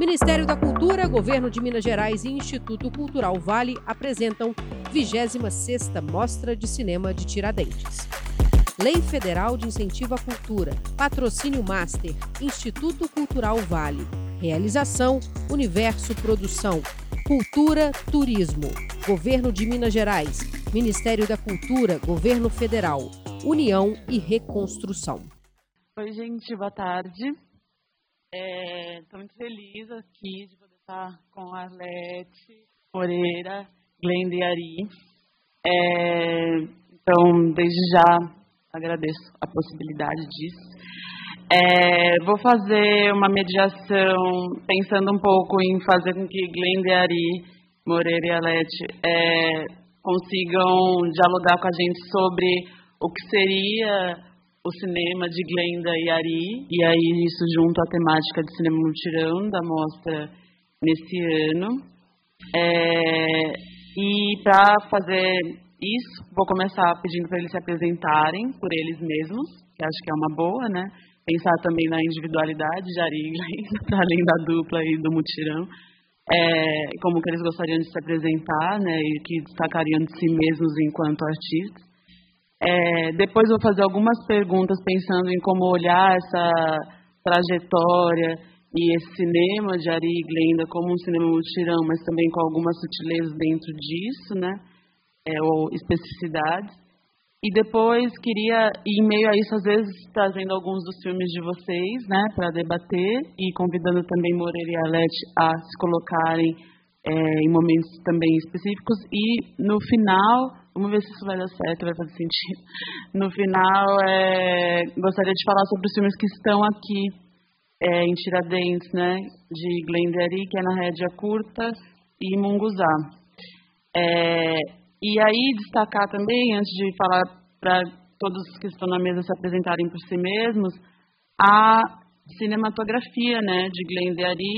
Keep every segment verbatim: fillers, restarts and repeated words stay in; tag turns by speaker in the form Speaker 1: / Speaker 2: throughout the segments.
Speaker 1: Ministério da Cultura, Governo de Minas Gerais e Instituto Cultural Vale apresentam vigésima sexta Mostra de Cinema de Tiradentes. Lei Federal de Incentivo à Cultura, Patrocínio Master, Instituto Cultural Vale. Realização, Universo Produção, Cultura, Turismo, Governo de Minas Gerais, Ministério da Cultura, Governo Federal, União e Reconstrução.
Speaker 2: Oi, gente, boa tarde. Estou é, muito feliz aqui de poder estar com a Arlete Moreira, Glenda e Ari. É, então, desde já, agradeço a possibilidade disso. É, vou fazer uma mediação pensando um pouco em fazer com que Glenda e Ari, Moreira e Arlete, é, consigam dialogar com a gente sobre o que seria o cinema de Glenda e Ari, e aí isso junto à temática de cinema mutirão da mostra nesse ano. É, e para fazer isso, vou começar pedindo para eles se apresentarem por eles mesmos, que acho que é uma boa, né? Pensar também na individualidade de Ari e Glenda, para além da dupla e do mutirão, é, como que eles gostariam de se apresentar, né? E que destacariam de si mesmos enquanto artistas. É, depois vou fazer algumas perguntas pensando em como olhar essa trajetória e esse cinema de Ari e Glenda como um cinema mutirão, mas também com algumas sutilezas dentro disso, né? É, ou especificidades. E depois queria, em meio a isso, às vezes trazendo alguns dos filmes de vocês, né, para debater e convidando também Moreira e Arlete a se colocarem é, em momentos também específicos. E no final, vamos ver se isso vai dar certo, vai fazer sentido. No final, é, gostaria de falar sobre os filmes que estão aqui é, em Tiradentes, né, de Glenda e Ari, que é na Rédea Curta, e Munguzá. É, E aí, destacar também, antes de falar para todos que estão na mesa se apresentarem por si mesmos, a cinematografia, né, de Glenda e Ari,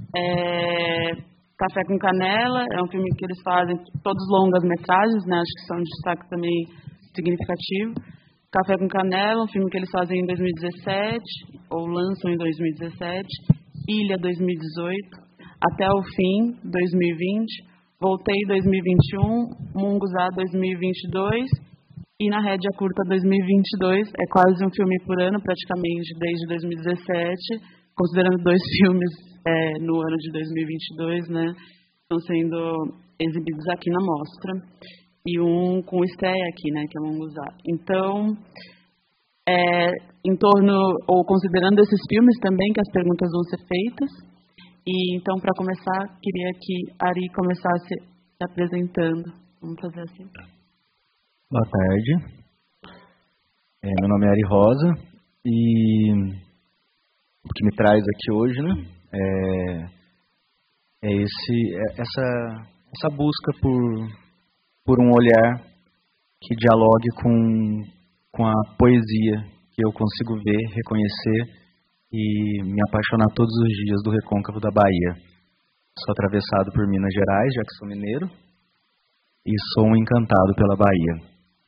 Speaker 2: é, Café com Canela, é um filme que eles fazem, todos longas metragens, né, acho que são um destaque também significativo. Café com Canela, um filme que eles fazem em dois mil e dezessete, ou lançam em dois mil e dezessete, Ilha dois mil e dezoito, Até o Fim, dois mil e vinte, Voltei dois mil e vinte e um, Munguzá dois mil e vinte e dois e na Rédea Curta dois mil e vinte e dois. É quase um filme por ano, praticamente desde dois mil e dezessete, considerando dois filmes é, no ano de dois mil e vinte e dois, né? Estão sendo exibidos aqui na mostra. E um com estreia aqui, né? Que é o Munguzá. Então, é, em torno, ou considerando esses filmes também, que as perguntas vão ser feitas. E, então, para começar, queria que Ari começasse se apresentando. Vamos fazer assim.
Speaker 3: Boa tarde. É, meu nome é Ari Rosa e o que me traz aqui hoje, né, é, é, esse, é essa, essa busca por, por um olhar que dialogue com, com a poesia que eu consigo ver, reconhecer e me apaixonar todos os dias do recôncavo da Bahia. Sou atravessado por Minas Gerais, já que sou mineiro, e sou um encantado pela Bahia.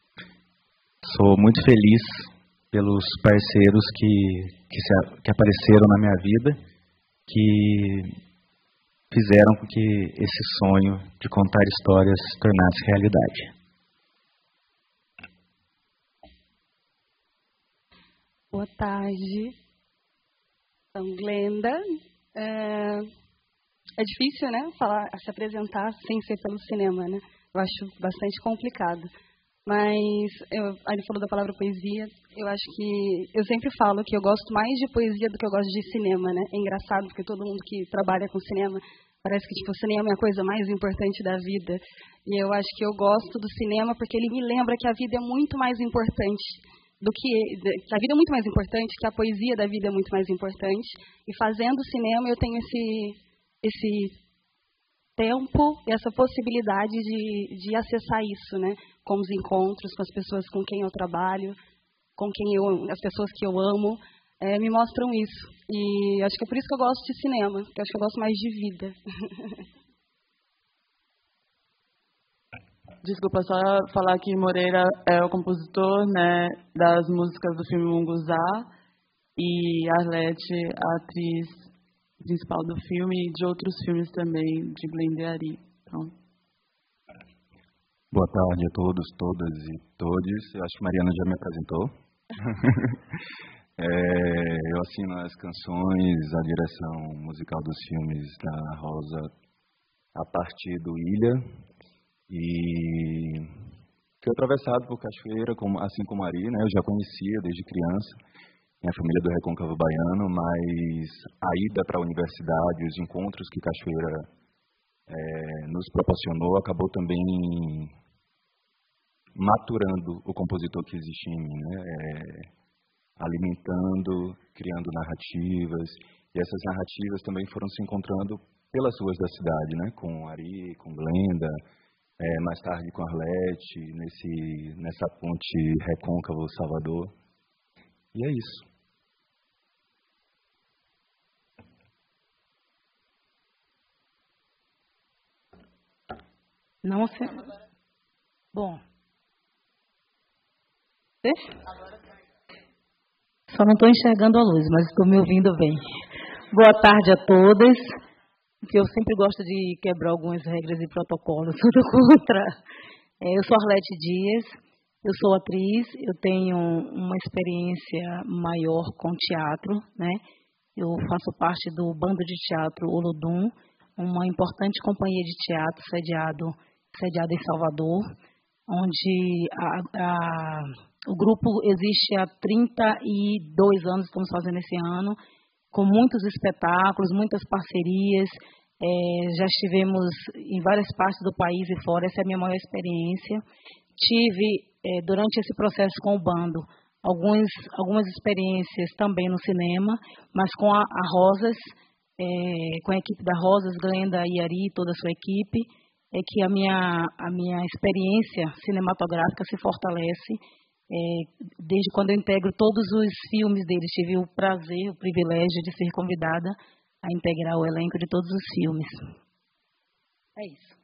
Speaker 3: Sou muito feliz pelos parceiros que, que, se, que apareceram na minha vida, que fizeram com que esse sonho de contar histórias se tornasse realidade.
Speaker 4: Boa tarde. Então, Glenda, é, é difícil, né, falar, se apresentar sem ser pelo cinema, né? Eu acho bastante complicado. Mas, eu, a ele falou da palavra poesia, eu acho que, eu sempre falo que eu gosto mais de poesia do que eu gosto de cinema, né? É engraçado, porque todo mundo que trabalha com cinema, parece que tipo, o cinema é a coisa mais importante da vida. E eu acho que eu gosto do cinema porque ele me lembra que a vida é muito mais importante do que, que a vida é muito mais importante, que a poesia da vida é muito mais importante. E fazendo cinema eu tenho esse, esse tempo e essa possibilidade de, de acessar isso, né? Com os encontros, com as pessoas com quem eu trabalho, com quem eu, as pessoas que eu amo, é, me mostram isso. E acho que é por isso que eu gosto de cinema, porque acho que eu gosto mais de vida.
Speaker 2: Desculpa, só falar que Moreira é o compositor, né, das músicas do filme Munguzá e Arlete, a atriz principal do filme e de outros filmes também de Glenda e Ari. Então...
Speaker 3: Boa tarde a todos, todas e todes. Eu acho que a Mariana já me apresentou. é, eu assino as canções, a direção musical dos filmes da Rosa a partir do Ilha. E fui atravessado por Cachoeira, como, assim como Ari, né? Eu já conhecia desde criança. Minha família do Recôncavo Baiano, mas a ida para a universidade, os encontros que Cachoeira é, nos proporcionou, acabou também maturando o compositor que existe em mim, né? É, alimentando, criando narrativas, e essas narrativas também foram se encontrando pelas ruas da cidade, né? Com Ari, com Glenda, é, mais tarde com Arlete, nesse, nessa ponte Recôncavo-Salvador. E é isso.
Speaker 5: Não sei. Bom. Só não estou enxergando a luz, mas estou me ouvindo bem. Boa tarde a todas. Que eu sempre gosto de quebrar algumas regras e protocolos, tudo contra. É, eu sou Arlete Dias, eu sou atriz, eu tenho uma experiência maior com teatro, né? Eu faço parte do Bando de Teatro Olodum, uma importante companhia de teatro sediado sediada em Salvador, onde a, a, o grupo existe há trinta e dois anos, estamos fazendo esse ano, com muitos espetáculos, muitas parcerias, é, já estivemos em várias partes do país e fora, essa é a minha maior experiência. Tive, é, durante esse processo com o bando, alguns, algumas experiências também no cinema, mas com a, a Rosas, é, com a equipe da Rosas, Glenda e Ari, toda a sua equipe, é que a minha, a minha experiência cinematográfica se fortalece. É, desde quando eu integro todos os filmes deles, tive o prazer, o privilégio de ser convidada a integrar o elenco de todos os filmes. É isso.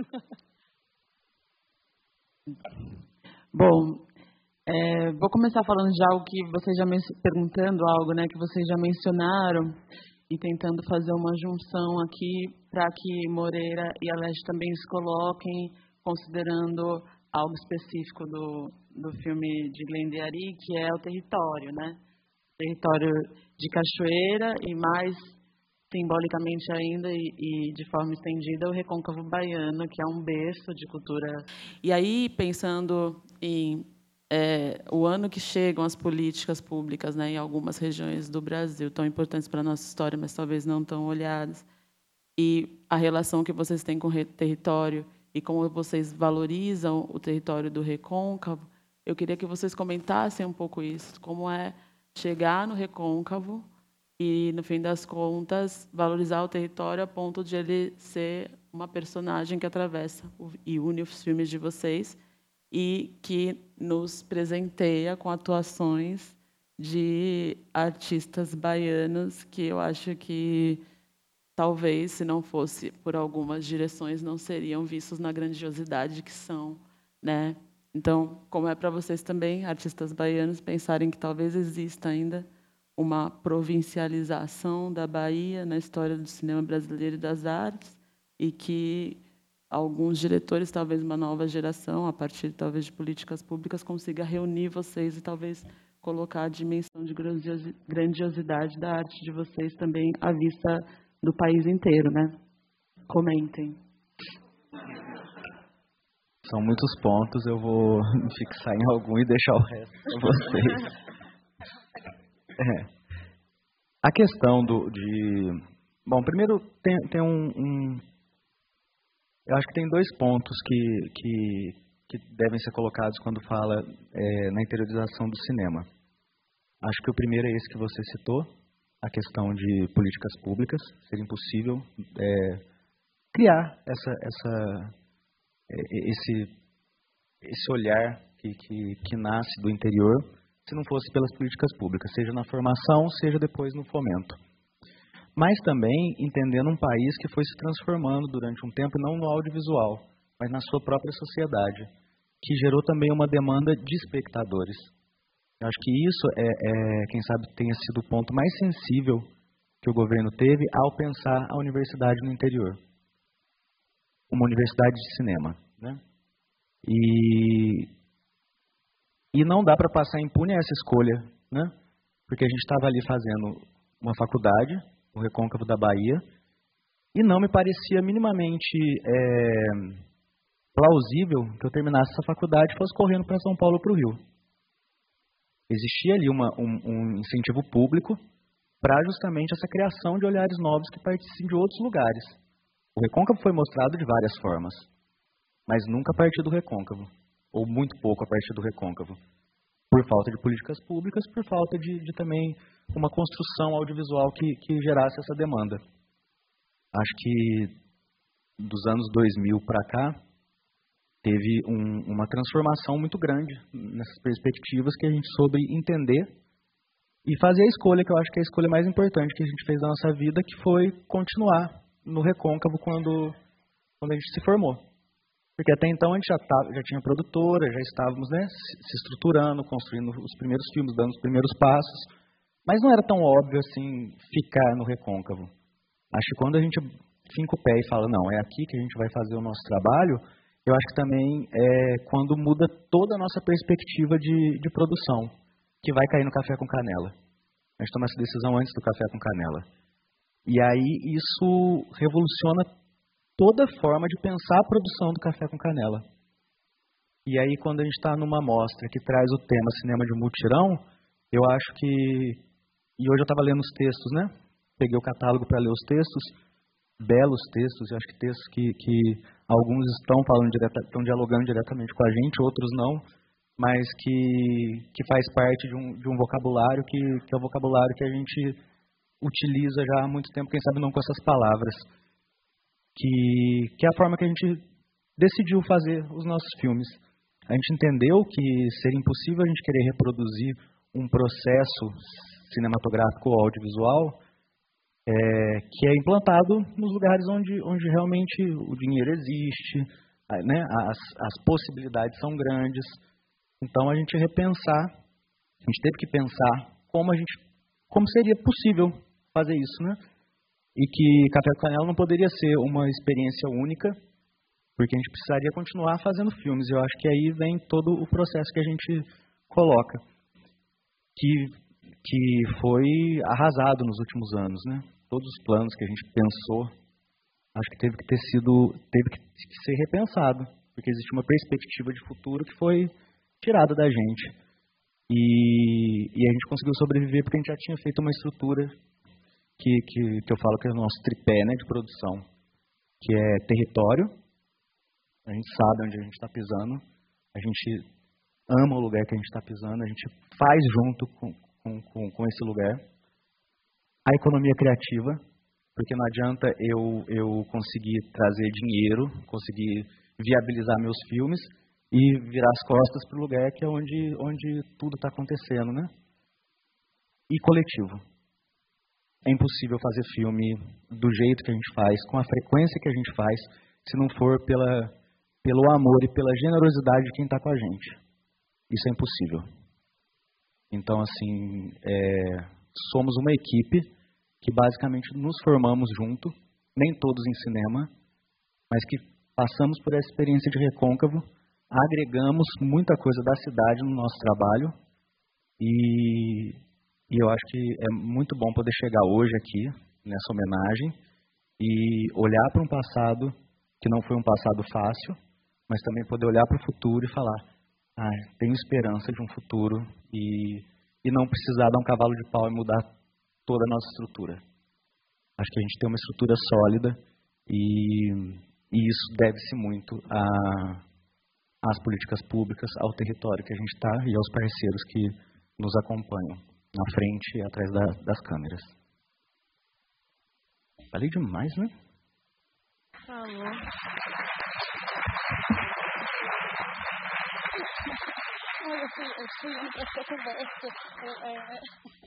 Speaker 2: Bom, é, vou começar falando já o que vocês já perguntando algo, né, que vocês já mencionaram, e tentando fazer uma junção aqui para que Moreira e Arlete também se coloquem, considerando algo específico do, do filme de Glenda e Ari, que é o território, né? Território de Cachoeira e mais simbolicamente ainda e, e de forma estendida o Recôncavo Baiano, que é um berço de cultura. E aí, pensando em É, o ano que chegam as políticas públicas, né, em algumas regiões do Brasil, tão importantes para a nossa história, mas talvez não tão olhadas, e a relação que vocês têm com o território e como vocês valorizam o território do Recôncavo, eu queria que vocês comentassem um pouco isso, como é chegar no Recôncavo e, no fim das contas, valorizar o território a ponto de ele ser uma personagem que atravessa e une os filmes de vocês, e que nos presenteia com atuações de artistas baianos que eu acho que talvez, se não fosse por algumas direções, não seriam vistos na grandiosidade que são, né? Então, como é para vocês também, artistas baianos, pensarem que talvez exista ainda uma provincialização da Bahia na história do cinema brasileiro e das artes, e que alguns diretores, talvez uma nova geração, a partir talvez de políticas públicas, consiga reunir vocês e talvez colocar a dimensão de grandiosidade da arte de vocês também à vista do país inteiro, né? Comentem.
Speaker 3: São muitos pontos, eu vou me fixar em algum e deixar o resto para vocês. É. A questão do, de... Bom, primeiro tem, tem um... um Eu acho que tem dois pontos que, que, que devem ser colocados quando fala é, na interiorização do cinema. Acho que o primeiro é esse que você citou, a questão de políticas públicas. Seria impossível é, criar essa, essa, é, esse, esse olhar que, que, que nasce do interior se não fosse pelas políticas públicas, seja na formação, seja depois no fomento. Mas também entendendo um país que foi se transformando durante um tempo, não no audiovisual, mas na sua própria sociedade, que gerou também uma demanda de espectadores. Eu acho que isso, é, é, quem sabe, tenha sido o ponto mais sensível que o governo teve ao pensar a universidade no interior. Uma universidade de cinema, né? E, e não dá para passar impune essa escolha, né? Porque a gente estava ali fazendo uma faculdade, o Recôncavo da Bahia, e não me parecia minimamente é, plausível que eu terminasse essa faculdade e fosse correndo para São Paulo ou para o Rio. Existia ali uma, um, um incentivo público para justamente essa criação de olhares novos que participem de outros lugares. O Recôncavo foi mostrado de várias formas, mas nunca a partir do Recôncavo, ou muito pouco a partir do Recôncavo, por falta de políticas públicas, por falta de, de também uma construção audiovisual que, que gerasse essa demanda. Acho que dos anos dois mil para cá, teve um, uma transformação muito grande nessas perspectivas que a gente soube entender e fazer a escolha, que eu acho que é a escolha mais importante que a gente fez na nossa vida, que foi continuar no Recôncavo quando, quando a gente se formou. Porque até então a gente já, tá, já tinha produtora, já estávamos, né, se estruturando, construindo os primeiros filmes, dando os primeiros passos, mas não era tão óbvio assim ficar no Recôncavo. Acho que quando a gente finca o pé e fala, não, é aqui que a gente vai fazer o nosso trabalho, eu acho que também é quando muda toda a nossa perspectiva de, de produção, que vai cair no Café com Canela. A gente toma essa decisão antes do Café com Canela. E aí isso revoluciona toda a forma de pensar a produção do Café com Canela. E aí quando a gente está numa mostra que traz o tema cinema de mutirão, eu acho que... E hoje eu estava lendo os textos, né? Peguei o catálogo para ler os textos, belos textos, eu acho que textos que, que alguns estão falando direta, estão dialogando diretamente com a gente, outros não, mas que, que faz parte de um, de um vocabulário que, que é o vocabulário que a gente utiliza já há muito tempo, quem sabe não com essas palavras, que, que é a forma que a gente decidiu fazer os nossos filmes. A gente entendeu que seria impossível a gente querer reproduzir um processo cinematográfico ou audiovisual É, que é implantado nos lugares onde, onde realmente o dinheiro existe, né, as, as possibilidades são grandes. Então, a gente repensar, a gente teve que pensar como, a gente, como seria possível fazer isso, né? E que Café com Canela não poderia ser uma experiência única, porque a gente precisaria continuar fazendo filmes. Eu acho que aí vem todo o processo que a gente coloca, que, que foi arrasado nos últimos anos, né? Todos os planos que a gente pensou, acho que teve que ter sido, teve que ser repensado, porque existe uma perspectiva de futuro que foi tirada da gente. E, e a gente conseguiu sobreviver porque a gente já tinha feito uma estrutura que, que, que eu falo que é o nosso tripé, né, de produção, que é território, a gente sabe onde a gente está pisando, a gente ama o lugar que a gente está pisando, a gente faz junto com, com, com, com esse lugar. A economia criativa, porque não adianta eu, eu conseguir trazer dinheiro, conseguir viabilizar meus filmes e virar as costas para o lugar que é onde, onde tudo está acontecendo, né? E coletivo. É impossível fazer filme do jeito que a gente faz, com a frequência que a gente faz, se não for pela, pelo amor e pela generosidade de quem está com a gente. Isso é impossível. Então, assim, é, somos uma equipe que basicamente nos formamos junto, nem todos em cinema, mas que passamos por essa experiência de Recôncavo, agregamos muita coisa da cidade no nosso trabalho e, e eu acho que é muito bom poder chegar hoje aqui, nessa homenagem, e olhar para um passado que não foi um passado fácil, mas também poder olhar para o futuro e falar, ah, tenho esperança de um futuro e, e não precisar dar um cavalo de pau e mudar toda a nossa estrutura. Acho que a gente tem uma estrutura sólida e, e isso deve-se muito a, às políticas públicas, ao território que a gente está e aos parceiros que nos acompanham na frente e atrás da, das câmeras. Falei demais, né?
Speaker 4: Falou. Eu fui, eu fui indo para essa conversa.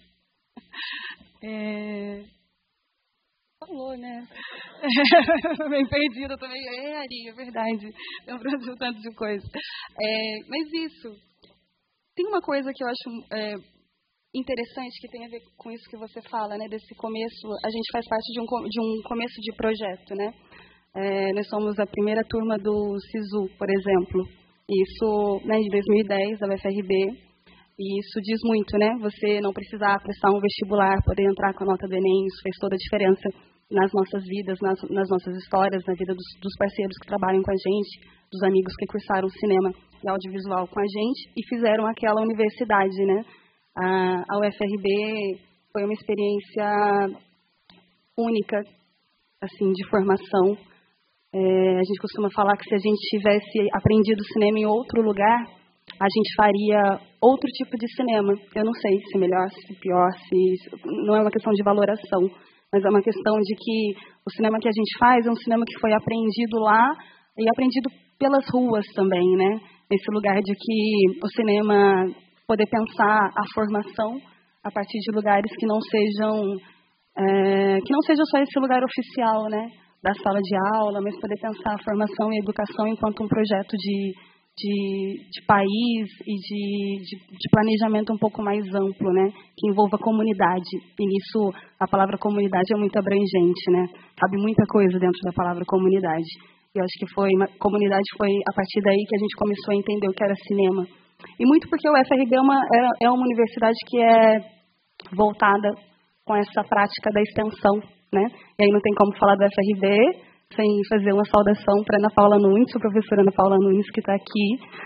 Speaker 4: É... Falou, né? Bem perdida também. É, Ari, é verdade. Lembrando tanto de coisa. É, mas isso. Tem uma coisa que eu acho é, interessante que tem a ver com isso que você fala, né? Desse começo, a gente faz parte de um, de um começo de projeto, né? É, nós somos a primeira turma do SISU, por exemplo. Isso, né, de dois mil e dez, da U F R B. E isso diz muito, né? Você não precisar prestar um vestibular, poder entrar com a nota do Enem, isso fez toda a diferença nas nossas vidas, nas, nas nossas histórias, na vida dos, dos parceiros que trabalham com a gente, dos amigos que cursaram cinema e audiovisual com a gente e fizeram aquela universidade, né? A, a U F R B foi uma experiência única, assim, de formação. É, a gente costuma falar que se a gente tivesse aprendido cinema em outro lugar, a gente faria outro tipo de cinema. Eu não sei se melhor, se pior, se não é uma questão de valoração, mas é uma questão de que o cinema que a gente faz é um cinema que foi aprendido lá e aprendido pelas ruas também, né? Esse lugar de que o cinema poder pensar a formação a partir de lugares que não sejam é, que não seja só esse lugar oficial, né? Da sala de aula, mas poder pensar a formação e a educação enquanto um projeto de De, de país e de, de, de planejamento um pouco mais amplo, né? Que envolva a comunidade. E nisso a palavra comunidade é muito abrangente, né? Cabe muita coisa dentro da palavra comunidade. E eu acho que foi uma, comunidade foi a partir daí que a gente começou a entender o que era cinema. E muito porque o U F R B é uma, é, é uma universidade que é voltada com essa prática da extensão, né? E aí não tem como falar do U F R B sem fazer uma saudação para Ana Paula Nunes, a professora Ana Paula Nunes, que está aqui.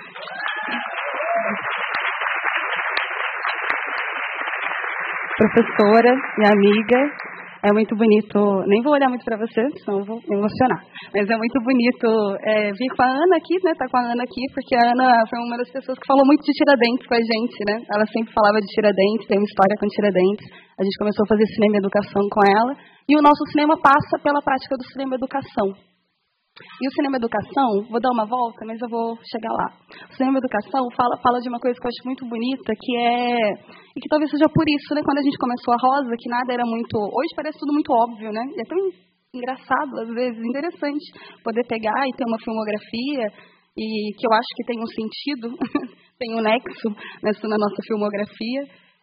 Speaker 4: Professora e amiga, é muito bonito, nem vou olhar muito para você, senão eu vou me emocionar, mas é muito bonito é, vir com a Ana aqui, né, tá com a Ana aqui, porque a Ana foi uma das pessoas que falou muito de Tiradentes com a gente, né, ela sempre falava de Tiradentes, tem uma história com Tiradentes, a gente começou a fazer cinema e educação com ela, e o nosso cinema passa pela prática do cinema e educação. E o cinema e educação, vou dar uma volta, mas eu vou chegar lá. O cinema e educação fala, fala de uma coisa que eu acho muito bonita, que é, e que talvez seja por isso, né, quando a gente começou a Rosa, que nada era muito, hoje parece tudo muito óbvio, né, e é tão engraçado, às vezes, interessante, poder pegar e ter uma filmografia, e que eu acho que tem um sentido, tem um nexo nessa, na nossa filmografia,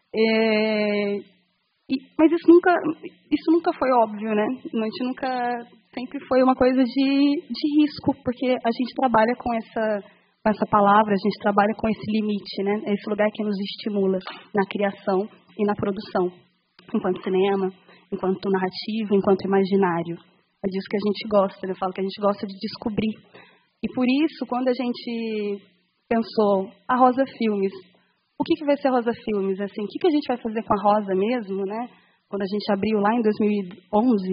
Speaker 4: é, e, mas isso nunca, isso nunca foi óbvio, né, a gente nunca... sempre foi uma coisa de, de risco, porque a gente trabalha com essa, com essa palavra, a gente trabalha com esse limite, né? É esse lugar que nos estimula na criação e na produção, enquanto cinema, enquanto narrativa, enquanto imaginário. É disso que a gente gosta, né? Eu falo que a gente gosta de descobrir. E por isso, quando a gente pensou a Rosa Filmes, o que, que vai ser Rosa Filmes? Assim, o que, que a gente vai fazer com a Rosa mesmo, né? Quando a gente abriu lá em dois mil e onze...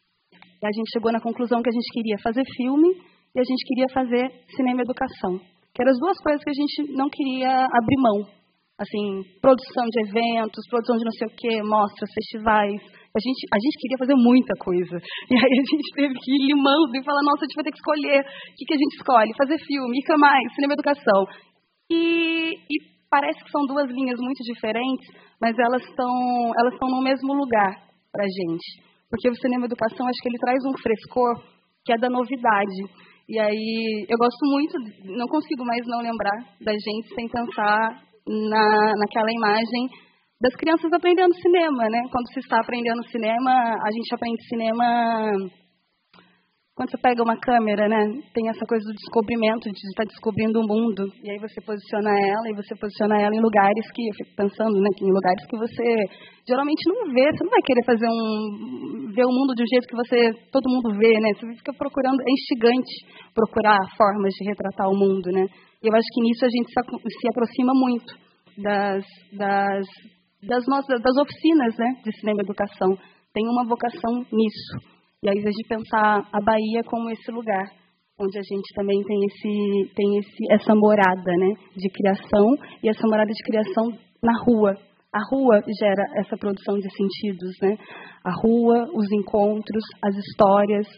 Speaker 4: a gente chegou na conclusão que a gente queria fazer filme e a gente queria fazer cinema e educação. Que eram as duas coisas que a gente não queria abrir mão. Assim, produção de eventos, produção de não sei o quê, mostras, festivais. A gente, a gente queria fazer muita coisa. E aí a gente teve que ir limando e falar, nossa, a gente vai ter que escolher. O que, que a gente escolhe? Fazer filme, e que mais? Cinema e educação. E, e parece que são duas linhas muito diferentes, mas elas estão elas estão no mesmo lugar para a gente. Porque o cinema e educação, acho que ele traz um frescor que é da novidade. E aí, eu gosto muito, não consigo mais não lembrar da gente sem pensar na, naquela imagem das crianças aprendendo cinema, né? Quando se está aprendendo cinema, a gente aprende cinema... Quando você pega uma câmera, né, tem essa coisa do descobrimento, de estar descobrindo o mundo. E aí você posiciona ela, e você posiciona ela em lugares que, eu fico pensando, né, que em lugares que você geralmente não vê. Você não vai querer fazer um, ver o mundo de um jeito que você, todo mundo vê, né? Você fica procurando, é instigante procurar formas de retratar o mundo, né? E eu acho que nisso a gente se, se aproxima muito das, das, das, nossas, das oficinas, né, de cinema e educação. Tem uma vocação nisso. E ao invés de pensar a Bahia como esse lugar, onde a gente também tem, esse, tem esse, essa morada, né, de criação, e essa morada de criação na rua. A rua gera essa produção de sentidos, né? A rua, os encontros, as histórias.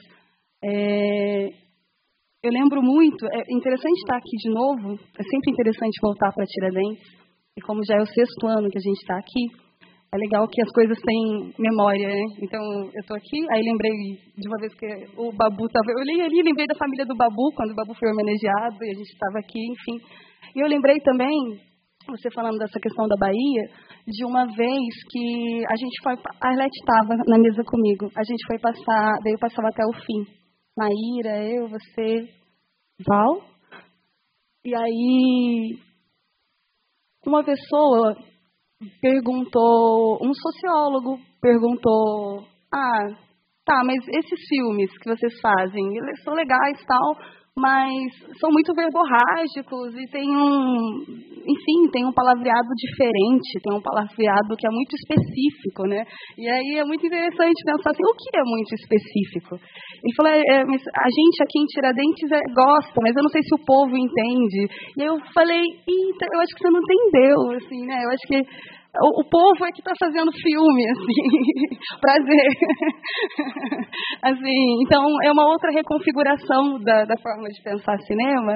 Speaker 4: É... Eu lembro muito, é interessante estar aqui de novo, é sempre interessante voltar para Tiradentes, e como já é o sexto ano que a gente está aqui, é legal que as coisas têm memória, né? Então, eu estou aqui, aí lembrei de uma vez que o Babu estava... Eu olhei ali, lembrei da família do Babu, quando o Babu foi homenageado, e a gente estava aqui, enfim. E eu lembrei também, você falando dessa questão da Bahia, de uma vez que a gente foi, a Arlete estava na mesa comigo, a gente foi passar, veio passar até o fim. Maíra, eu, você, Val. E aí, uma pessoa perguntou, um sociólogo perguntou, ah, tá, mas esses filmes que vocês fazem, eles são legais e tal, mas são muito verborrágicos e tem um, enfim, tem um palavreado diferente, tem um palavreado que é muito específico, né? E aí é muito interessante pensar assim, o que é muito específico? Ele falou, é, é, mas a gente aqui em Tiradentes é, gosta, mas eu não sei se o povo entende. E aí eu falei, eita, eu acho que você não entendeu, assim, né? Eu acho que O, o povo é que está fazendo filme, assim, prazer. Assim, então, é uma outra reconfiguração da, da forma de pensar cinema.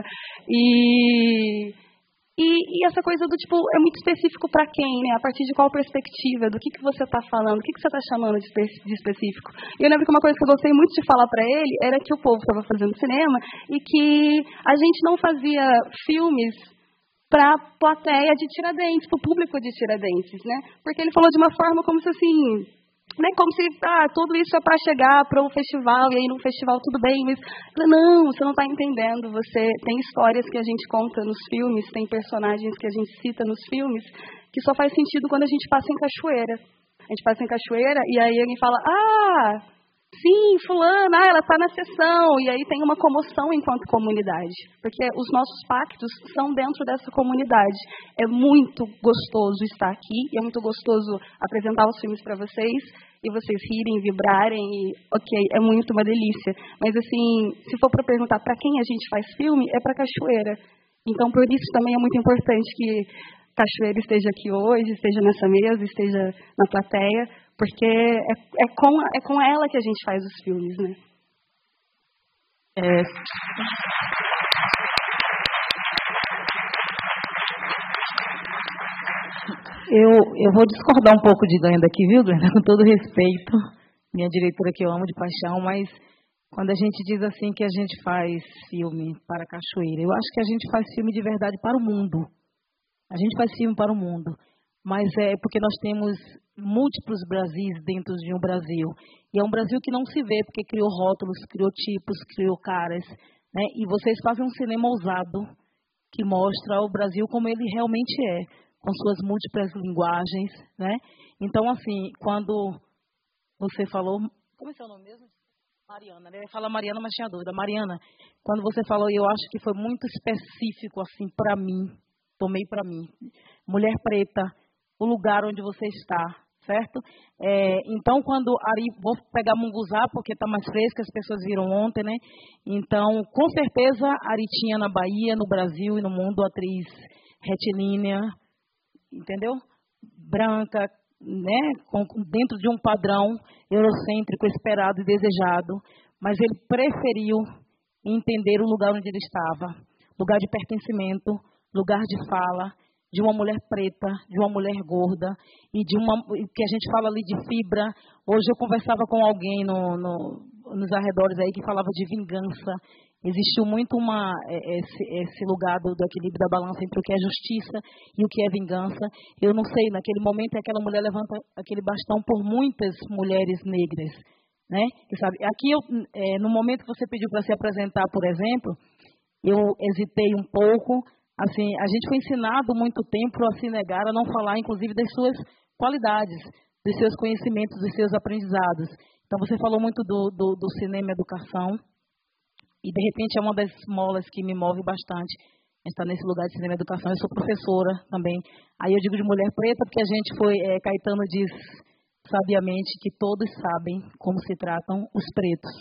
Speaker 4: E, e, e essa coisa do tipo, é muito específico para quem, né? A partir de qual perspectiva, do que, que você está falando, o que, que você está chamando de, de específico. E eu lembro que uma coisa que eu gostei muito de falar para ele era que o povo estava fazendo cinema e que a gente não fazia filmes para a plateia de Tiradentes, para o público de Tiradentes, né? Porque ele falou de uma forma como se assim, né? Como se ah, tudo isso é para chegar para um festival e aí no festival tudo bem, mas não, você não está entendendo. Você tem histórias que a gente conta nos filmes, tem personagens que a gente cita nos filmes que só faz sentido quando a gente passa em Cachoeira. A gente passa em Cachoeira e aí alguém fala, ah, sim, fulana, ah, ela está na sessão. E aí tem uma comoção enquanto comunidade. Porque os nossos pactos são dentro dessa comunidade. É muito gostoso estar aqui. E é muito gostoso apresentar os filmes para vocês. E vocês rirem, vibrarem. E, ok, é muito uma delícia. Mas, assim, se for para perguntar para quem a gente faz filme, é para Cachoeira. Então, por isso também é muito importante que Cachoeira esteja aqui hoje, esteja nessa mesa, esteja na plateia, porque é, é, com, é com ela que a gente faz os filmes, né?
Speaker 5: É... Eu, eu vou discordar um pouco de Glenda aqui, viu, Glenda? Com todo respeito, minha diretora que eu amo de paixão, mas quando a gente diz assim que a gente faz filme para Cachoeira, eu acho que a gente faz filme de verdade para o mundo. A gente faz filme para o mundo, mas é porque nós temos múltiplos Brasis dentro de um Brasil. E é um Brasil que não se vê, porque criou rótulos, criou tipos, criou caras, né? E vocês fazem um cinema ousado que mostra o Brasil como ele realmente é, com suas múltiplas linguagens, né? Então, assim, quando você falou... Como é seu nome mesmo? Mariana, né? Fala Mariana, mas tinha dúvida. Mariana, quando você falou, eu acho que foi muito específico, assim, para mim, tomei para mim. Mulher preta, o lugar onde você está, certo? É, então, quando Ari, vou pegar Munguzá, porque está mais fresca, as pessoas viram ontem, né? Então, com certeza, Ari tinha na Bahia, no Brasil e no mundo, atriz retilínea, entendeu? Branca, né? Com, dentro de um padrão eurocêntrico, esperado e desejado, mas ele preferiu entender o lugar onde ele estava, lugar de pertencimento, lugar de fala, de uma mulher preta, de uma mulher gorda, e de uma que a gente fala ali de fibra. Hoje eu conversava com alguém no, no, nos arredores aí que falava de vingança. Existiu muito uma, esse, esse lugar do, do equilíbrio da balança entre o que é justiça e o que é vingança. Eu não sei, naquele momento aquela mulher levanta aquele bastão por muitas mulheres negras, né? E sabe, aqui eu, é, no momento que você pediu para se apresentar, por exemplo, eu hesitei um pouco. Assim, a gente foi ensinado muito tempo a se negar, a não falar, inclusive, das suas qualidades, dos seus conhecimentos, dos seus aprendizados. Então, você falou muito do, do, do cinema e educação, e, de repente, é uma das molas que me move bastante, estar nesse lugar de cinema e educação. Eu sou professora também. Aí eu digo de mulher preta, porque a gente foi, é, Caetano diz sabiamente que todos sabem como se tratam os pretos.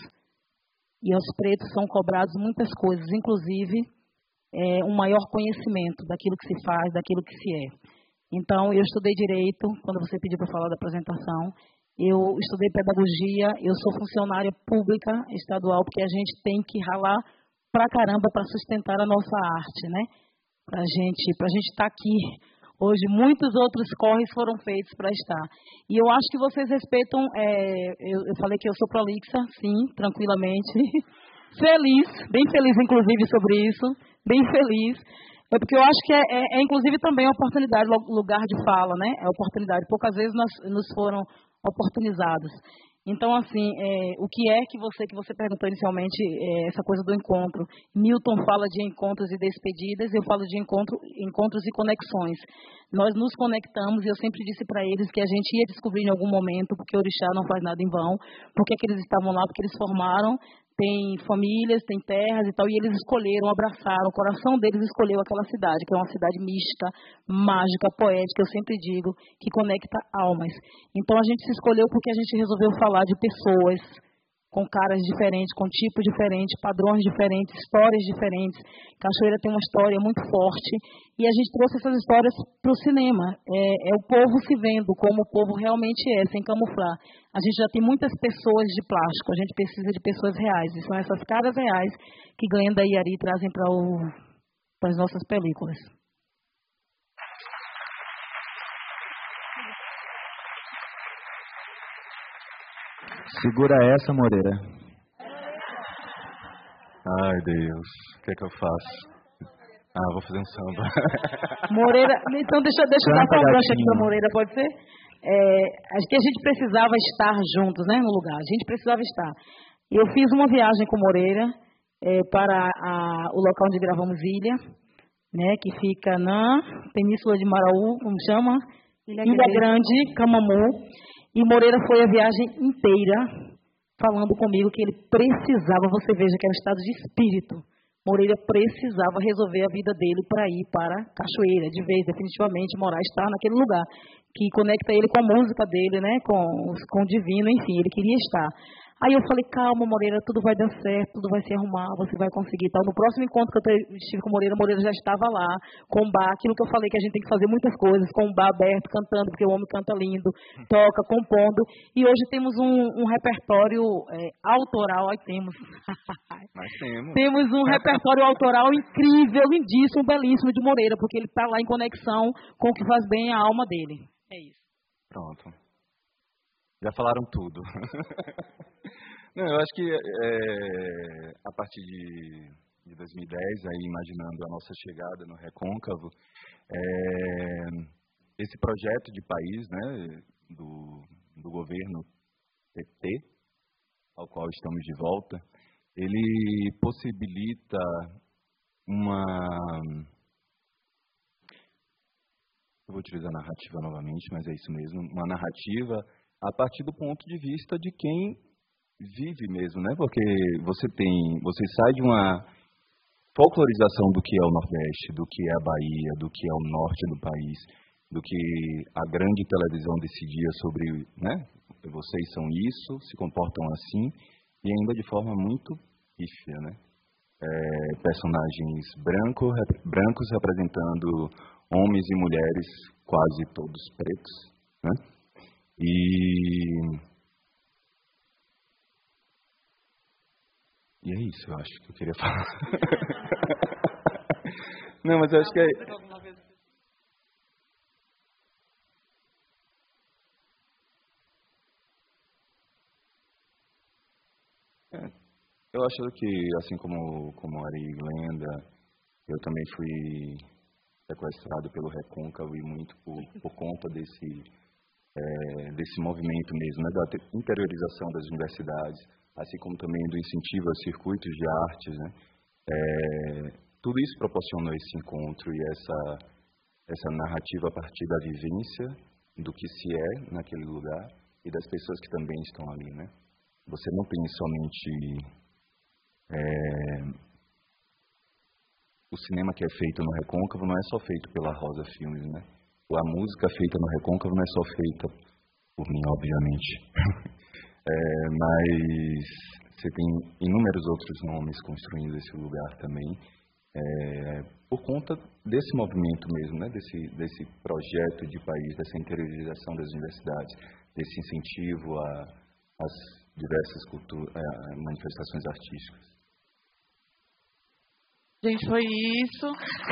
Speaker 5: E aos pretos são cobrados muitas coisas, inclusive... É, um maior conhecimento daquilo que se faz, daquilo que se é. Então, eu estudei Direito, quando você pediu para falar da apresentação. Eu estudei Pedagogia, eu sou funcionária pública estadual, porque a gente tem que ralar pra caramba para sustentar a nossa arte, né? Para gente, a gente estar tá aqui hoje, muitos outros corres foram feitos para estar. E eu acho que vocês respeitam, é, eu, eu falei que eu sou prolixa, sim, tranquilamente. Feliz, bem feliz, inclusive, sobre isso. Bem feliz. É porque eu acho que é, é, é inclusive também oportunidade, lugar de fala, né? É oportunidade. Poucas vezes nós, nos foram oportunizados. Então, assim, é, o que é que você, que você perguntou inicialmente, é, essa coisa do encontro. Newton fala de encontros e despedidas, eu falo de encontro, encontros e conexões. Nós nos conectamos e eu sempre disse para eles que a gente ia descobrir em algum momento, porque o orixá não faz nada em vão, porque é que eles estavam lá, porque eles formaram, tem famílias, tem terras e tal, e eles escolheram, abraçaram, o coração deles escolheu aquela cidade, que é uma cidade mística, mágica, poética, eu sempre digo, que conecta almas. Então a gente se escolheu porque a gente resolveu falar de pessoas com caras diferentes, com tipos diferentes, padrões diferentes, histórias diferentes. Cachoeira tem uma história muito forte e a gente trouxe essas histórias para o cinema. É, é o povo se vendo como o povo realmente é, sem camuflar. A gente já tem muitas pessoas de plástico, a gente precisa de pessoas reais. E são essas caras reais que Glenda e Ari trazem para as nossas películas.
Speaker 3: Segura essa, Moreira. Ai, Deus. O que é que eu faço? Ah, vou fazer um samba.
Speaker 5: Moreira, então deixa, deixa eu dar só um gancho aqui para Moreira, pode ser? É, acho que a gente precisava estar juntos, né, no lugar. A gente precisava estar. Eu fiz uma viagem com Moreira é, para a, o local onde gravamos Ilha, né, que fica na Península de Maraú, como chama? Ilha, Ilha Grande, Camamu. E Moreira foi a viagem inteira falando comigo que ele precisava, você veja que era um estado de espírito, Moreira precisava resolver a vida dele para ir para Cachoeira, de vez, definitivamente, morar, estar naquele lugar, que conecta ele com a música dele, né, com, com o divino, enfim, ele queria estar. Aí eu falei, calma, Moreira, tudo vai dar certo, tudo vai se arrumar, você vai conseguir. Tal. No próximo encontro que eu estive com Moreira, Moreira já estava lá, com o bar, aquilo que eu falei, que a gente tem que fazer muitas coisas, com o bar aberto, cantando, porque o homem canta lindo, toca, compondo. E hoje temos um, um repertório é, autoral, aí temos.
Speaker 3: Nós temos.
Speaker 5: Temos um repertório autoral incrível, lindíssimo, belíssimo de Moreira, porque ele está lá em conexão com o que faz bem a alma dele. É isso.
Speaker 3: Pronto. Já falaram tudo. Não, eu acho que é, a partir de, de dois mil e dez, aí, imaginando a nossa chegada no Recôncavo, é, esse projeto de país, né, do, do governo P T, ao qual estamos de volta, ele possibilita uma... Eu vou utilizar a narrativa novamente, mas é isso mesmo, uma narrativa a partir do ponto de vista de quem vive mesmo, né? Porque você tem, você sai de uma folclorização do que é o Nordeste, do que é a Bahia, do que é o Norte do país, do que a grande televisão decidia sobre, né? Vocês são isso, se comportam assim, e ainda de forma muito pífia, né? É, personagens branco, rep, brancos representando homens e mulheres quase todos pretos, né? E, e é isso, eu acho que eu queria falar. Não, mas eu acho que é... é. Eu acho que, assim como, como Ari e Glenda, eu também fui sequestrado pelo Recôncavo e muito por, por conta desse... É, desse movimento mesmo, né, da interiorização das universidades, assim como também do incentivo a circuitos de artes, né, é, tudo isso proporcionou esse encontro e essa, essa narrativa a partir da vivência do que se é naquele lugar e das pessoas que também estão ali, né. Você não tem somente é, o cinema que é feito no Recôncavo, não é só feito pela Rosa Filmes, né. A música feita no Recôncavo não é só feita por mim, obviamente. É, mas você tem inúmeros outros nomes construindo esse lugar também, é, por conta desse movimento mesmo, né? desse, desse projeto de país, dessa interiorização das universidades, desse incentivo às diversas culturas, a manifestações artísticas.
Speaker 2: Gente, foi isso.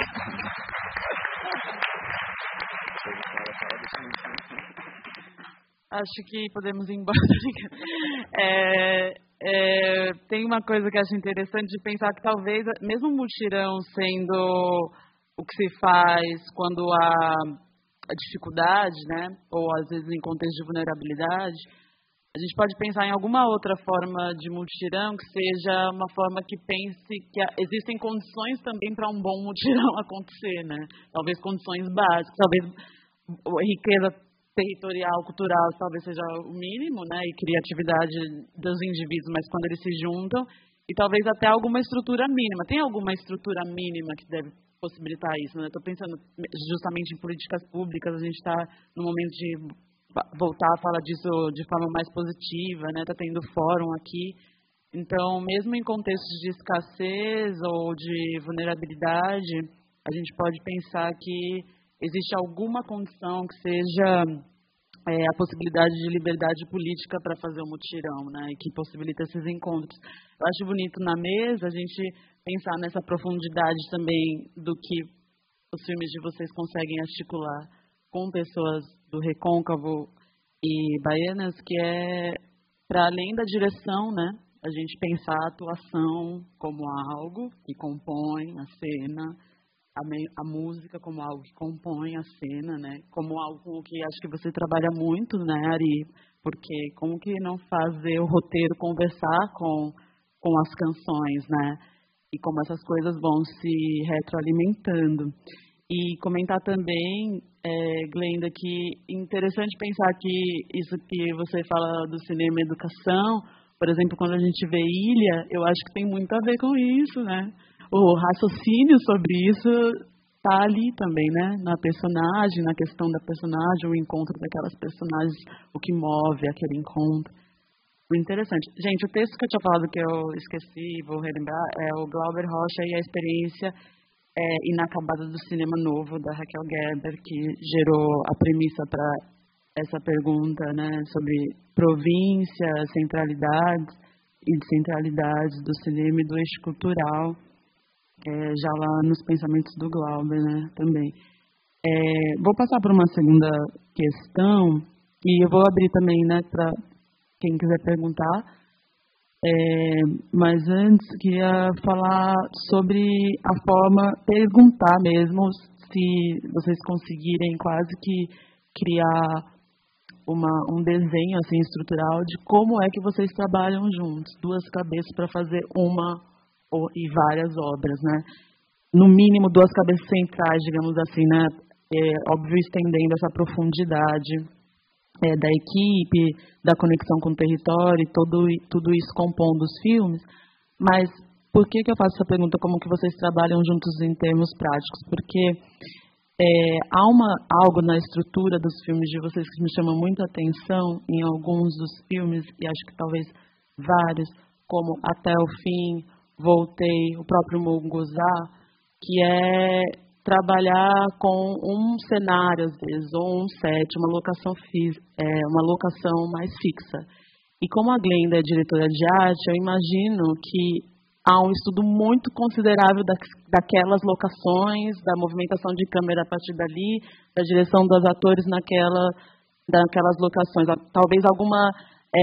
Speaker 2: Acho que podemos ir embora. É, é, tem uma coisa que acho interessante de pensar que talvez, mesmo o mutirão sendo o que se faz quando há a dificuldade, né, ou às vezes em contexto de vulnerabilidade, a gente pode pensar em alguma outra forma de mutirão que seja uma forma que pense que existem condições também para um bom mutirão acontecer, né? Talvez condições básicas, talvez riqueza territorial, cultural, talvez seja o mínimo, né? E criatividade dos indivíduos, mas quando eles se juntam, e talvez até alguma estrutura mínima. Tem alguma estrutura mínima que deve possibilitar isso, né? Estou pensando justamente em políticas públicas, a gente está no momento de voltar a falar disso de forma mais positiva, né? Está tendo fórum aqui. Então, mesmo em contextos de escassez ou de vulnerabilidade, a gente pode pensar que existe alguma condição que seja é, a possibilidade de liberdade política para fazer um mutirão, né? E que possibilita esses encontros. Eu acho bonito na mesa a gente pensar nessa profundidade também do que os filmes de vocês conseguem articular com pessoas do Recôncavo e baianas, que é, para além da direção, né, a gente pensar a atuação como algo que compõe a cena, a, me, a música como algo que compõe a cena, né, como algo que acho que você trabalha muito, né, Ari, porque como que não fazer o roteiro conversar com, com as canções, né, e como essas coisas vão se retroalimentando. E comentar também, é, Glenda, que é interessante pensar que isso que você fala do cinema e educação, por exemplo, quando a gente vê Ilha, eu acho que tem muito a ver com isso, né? O raciocínio sobre isso está ali também, né? Na personagem, na questão da personagem, o encontro daquelas personagens, o que move aquele encontro. Muito interessante. Gente, o texto que eu tinha falado que eu esqueci, vou relembrar, é o Glauber Rocha e a experiência É, inacabada do cinema novo, da Raquel Gerber, que gerou a premissa para essa pergunta, né, sobre província, centralidades e descentralidades do cinema e do eixo cultural, é, já lá nos pensamentos do Glauber, né, também. É, vou passar por uma segunda questão, e eu vou abrir também, né, para quem quiser perguntar. É, mas antes, queria falar sobre a forma, perguntar mesmo se vocês conseguirem quase que criar uma, um desenho assim, estrutural de como é que vocês trabalham juntos, duas cabeças para fazer uma ou, e várias obras, né? No mínimo, duas cabeças centrais, digamos assim, né? É, óbvio, estendendo essa profundidade É, da equipe, da conexão com o território, todo, tudo isso compondo os filmes. Mas por que, que eu faço essa pergunta, como que vocês trabalham juntos em termos práticos? Porque é, há uma, algo na estrutura dos filmes de vocês que me chama muita atenção em alguns dos filmes, e acho que talvez vários, como Até o Fim, Voltei, o próprio Munguzá, que é trabalhar com um cenário, às vezes, ou um set, uma locação, é, uma locação mais fixa. E como a Glenda é diretora de arte, eu imagino que há um estudo muito considerável da, daquelas locações, da movimentação de câmera a partir dali, da direção dos atores naquela, naquelas locações. Talvez alguma é,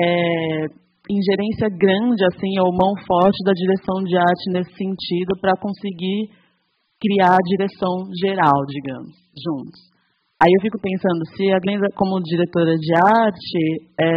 Speaker 2: ingerência grande, assim, ou mão forte da direção de arte nesse sentido, para conseguir criar a direção geral, digamos, juntos. Aí eu fico pensando, se a Glenda, como diretora de arte, é,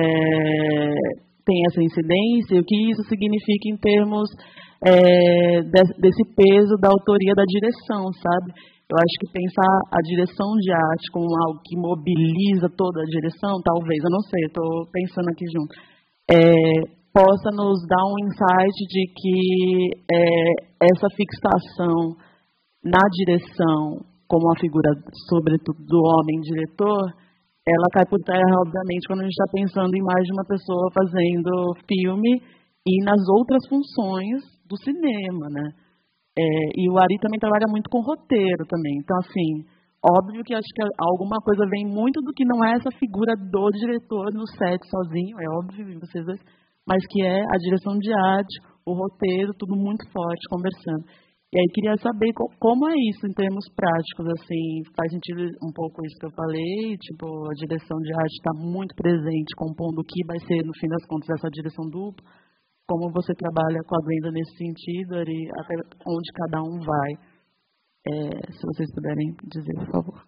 Speaker 2: tem essa incidência, o que isso significa em termos é, de, desse peso da autoria da direção, sabe? Eu acho que pensar a direção de arte como algo que mobiliza toda a direção, talvez, eu não sei, estou pensando aqui junto, é, possa nos dar um insight de que é, essa fixação na direção, como a figura, sobretudo, do homem diretor, ela cai por terra, obviamente, quando a gente está pensando em mais de uma pessoa fazendo filme e nas outras funções do cinema, né? É, e o Ari também trabalha muito com roteiro também. Então, assim, óbvio que acho que alguma coisa vem muito do que não é essa figura do diretor no set sozinho, é óbvio, vocês dois, mas que é a direção de arte, o roteiro, tudo muito forte, conversando. E aí queria saber como é isso em termos práticos, assim, faz sentido um pouco isso que eu falei, tipo, a direção de arte está muito presente, compondo o que vai ser, no fim das contas, essa direção dupla, como você trabalha com a Glenda nesse sentido, Ari, até onde cada um vai. É, se vocês puderem dizer, por favor.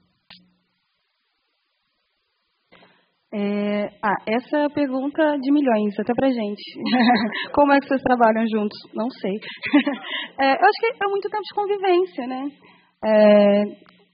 Speaker 4: É, ah, essa é a pergunta de milhões, até pra gente. Como é que vocês trabalham juntos? Não sei. É, eu acho que é muito tempo de convivência, né? É,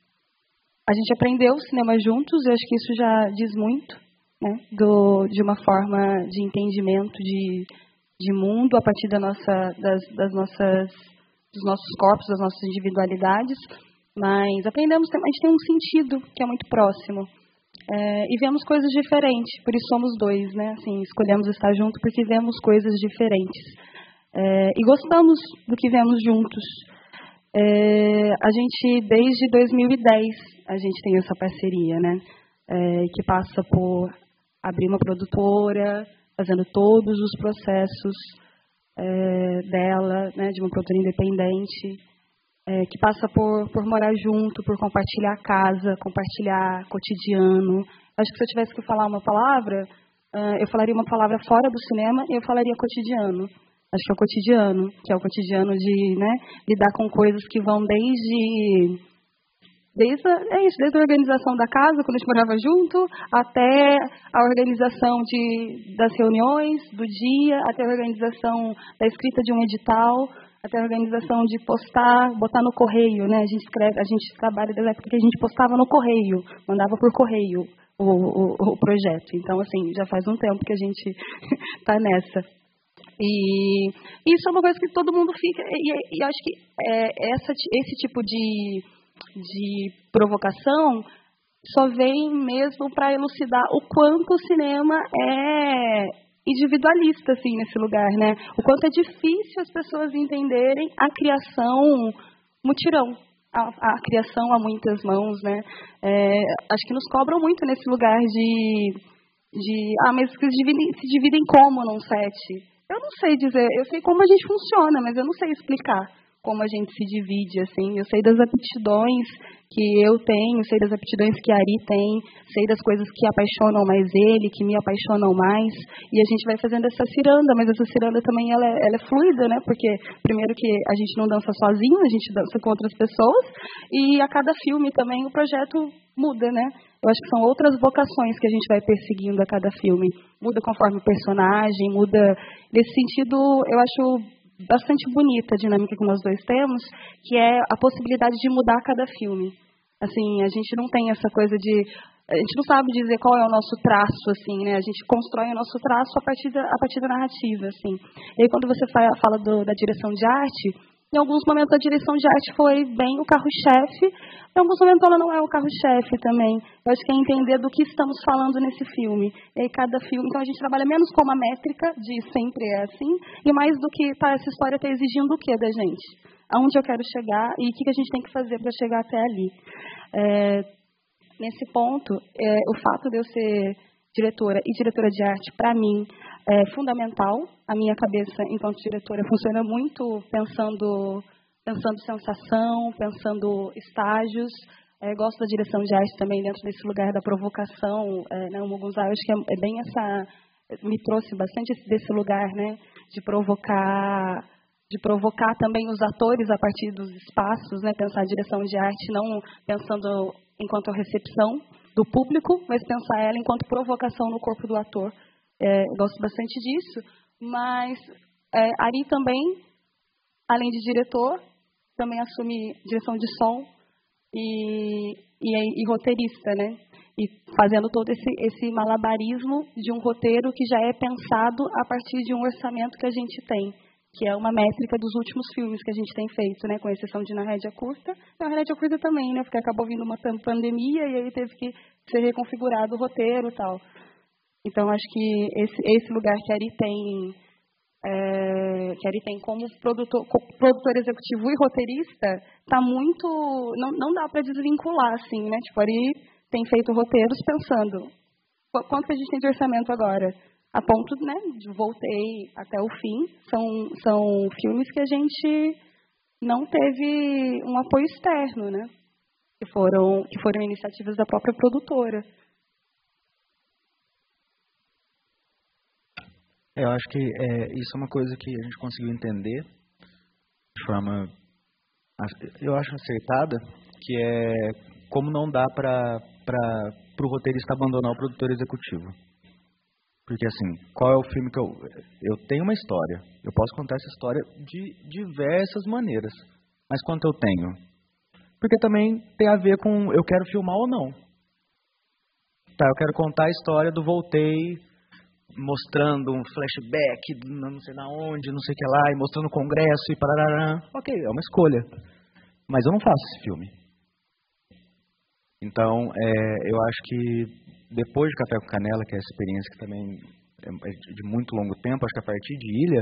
Speaker 4: a gente aprendeu o cinema juntos, eu acho que isso já diz muito, né? Do, de uma forma de entendimento de, de mundo a partir da nossa, das, das nossas, dos nossos corpos, das nossas individualidades. Mas aprendemos, a gente tem um sentido que é muito próximo. É, e vemos coisas diferentes, por isso somos dois, né? Assim, escolhemos estar juntos porque vemos coisas diferentes. É, e gostamos do que vemos juntos. É, a gente, desde dois mil e dez, a gente tem essa parceria, né? É, que passa por abrir uma produtora, fazendo todos os processos é, dela, né? De uma produtora independente. É, que passa por, por morar junto, por compartilhar casa, compartilhar cotidiano. Acho que se eu tivesse que falar uma palavra, uh, eu falaria uma palavra fora do cinema e eu falaria cotidiano. Acho que é o cotidiano, que é o cotidiano de, né, lidar com coisas que vão desde, desde, a, é isso, desde a organização da casa, quando a gente morava junto, até a organização de, das reuniões, do dia, até a organização da escrita de um edital, até a organização de postar, botar no correio, né? A gente escreve, a gente trabalha desde a época que a gente postava no correio, mandava por correio o, o, o projeto. Então, assim, já faz um tempo que a gente está nessa. E isso é uma coisa que todo mundo fica... E, e acho que é, essa, esse tipo de, de provocação só vem mesmo para elucidar o quanto o cinema é individualista, assim, nesse lugar, né? O quanto é difícil as pessoas entenderem a criação mutirão, a, a criação a muitas mãos, né? É, acho que nos cobram muito nesse lugar de, de ah, mas se dividem, se dividem como num set? Eu não sei dizer, eu sei como a gente funciona, mas eu não sei explicar como a gente se divide, assim. Eu sei das aptidões que eu tenho, sei das aptidões que a Ari tem, sei das coisas que apaixonam mais ele, que me apaixonam mais, e a gente vai fazendo essa ciranda, mas essa ciranda também ela é, ela é fluida, né? Porque primeiro que a gente não dança sozinho, a gente dança com outras pessoas, e a cada filme também o projeto muda, né? Eu acho que são outras vocações que a gente vai perseguindo a cada filme. Muda conforme o personagem, muda... Nesse sentido, eu acho bastante bonita a dinâmica que nós dois temos, que é a possibilidade de mudar cada filme. Assim, a gente não tem essa coisa de... A gente não sabe dizer qual é o nosso traço, assim, né? A gente constrói o nosso traço a partir da, a partir da narrativa, assim. E aí, quando você fala, fala do, da direção de arte, em alguns momentos a direção de arte foi bem o carro-chefe, em alguns momentos ela não é o carro-chefe também. Eu acho que é entender do que estamos falando nesse filme. E aí, cada filme... Então, a gente trabalha menos com uma métrica de sempre é assim, e mais do que, tá, essa história está exigindo o quê da gente? Aonde eu quero chegar e o que a gente tem que fazer para chegar até ali. É, nesse ponto, é, o fato de eu ser diretora e diretora de arte, para mim, é fundamental. A minha cabeça, enquanto diretora, funciona muito pensando, pensando sensação, pensando estágios. É, gosto da direção de arte também dentro desse lugar da provocação. É, né, o Mugunzá, eu acho que é, é bem essa... Me trouxe bastante desse lugar, né, de provocar... de provocar também os atores a partir dos espaços, né, pensar a direção de arte não pensando enquanto recepção do público, mas pensar ela enquanto provocação no corpo do ator. É, gosto bastante disso, mas é, Ari também, além de diretor, também assume direção de som e, e, e roteirista, né? E fazendo todo esse, esse malabarismo de um roteiro que já é pensado a partir de um orçamento que a gente tem, que é uma métrica dos últimos filmes que a gente tem feito, né, com exceção de Na Rédea Curta. Na Rédea Curta também, né, porque acabou vindo uma pandemia e aí teve que ser reconfigurado o roteiro e tal. Então, acho que esse, esse lugar que a Ari tem, é, que a Ari tem como produtor, produtor executivo e roteirista, tá muito... Não, não dá para desvincular, assim, né? Tipo, a Ari tem feito roteiros pensando quanto que a gente tem de orçamento agora? A ponto, né, de voltei até o fim. São, são filmes que a gente não teve um apoio externo, né? Que foram, que foram iniciativas da própria produtora.
Speaker 3: Eu acho que é, isso é uma coisa que a gente conseguiu entender de forma Eu acho acertada, que é como não dá para para o roteirista abandonar o produtor executivo. Porque, assim, qual é o filme que eu... Eu tenho uma história. Eu posso contar essa história de diversas maneiras. Mas quanto eu tenho? Porque também tem a ver com eu quero filmar ou não. Tá, eu quero contar a história do Voltei, mostrando um flashback, não sei na onde, não sei o que lá, e mostrando o congresso e parará. Ok, é uma escolha. Mas eu não faço esse filme. Então, é, eu acho que depois de Café com Canela, que é essa experiência que também é de muito longo tempo, acho que a partir de Ilha,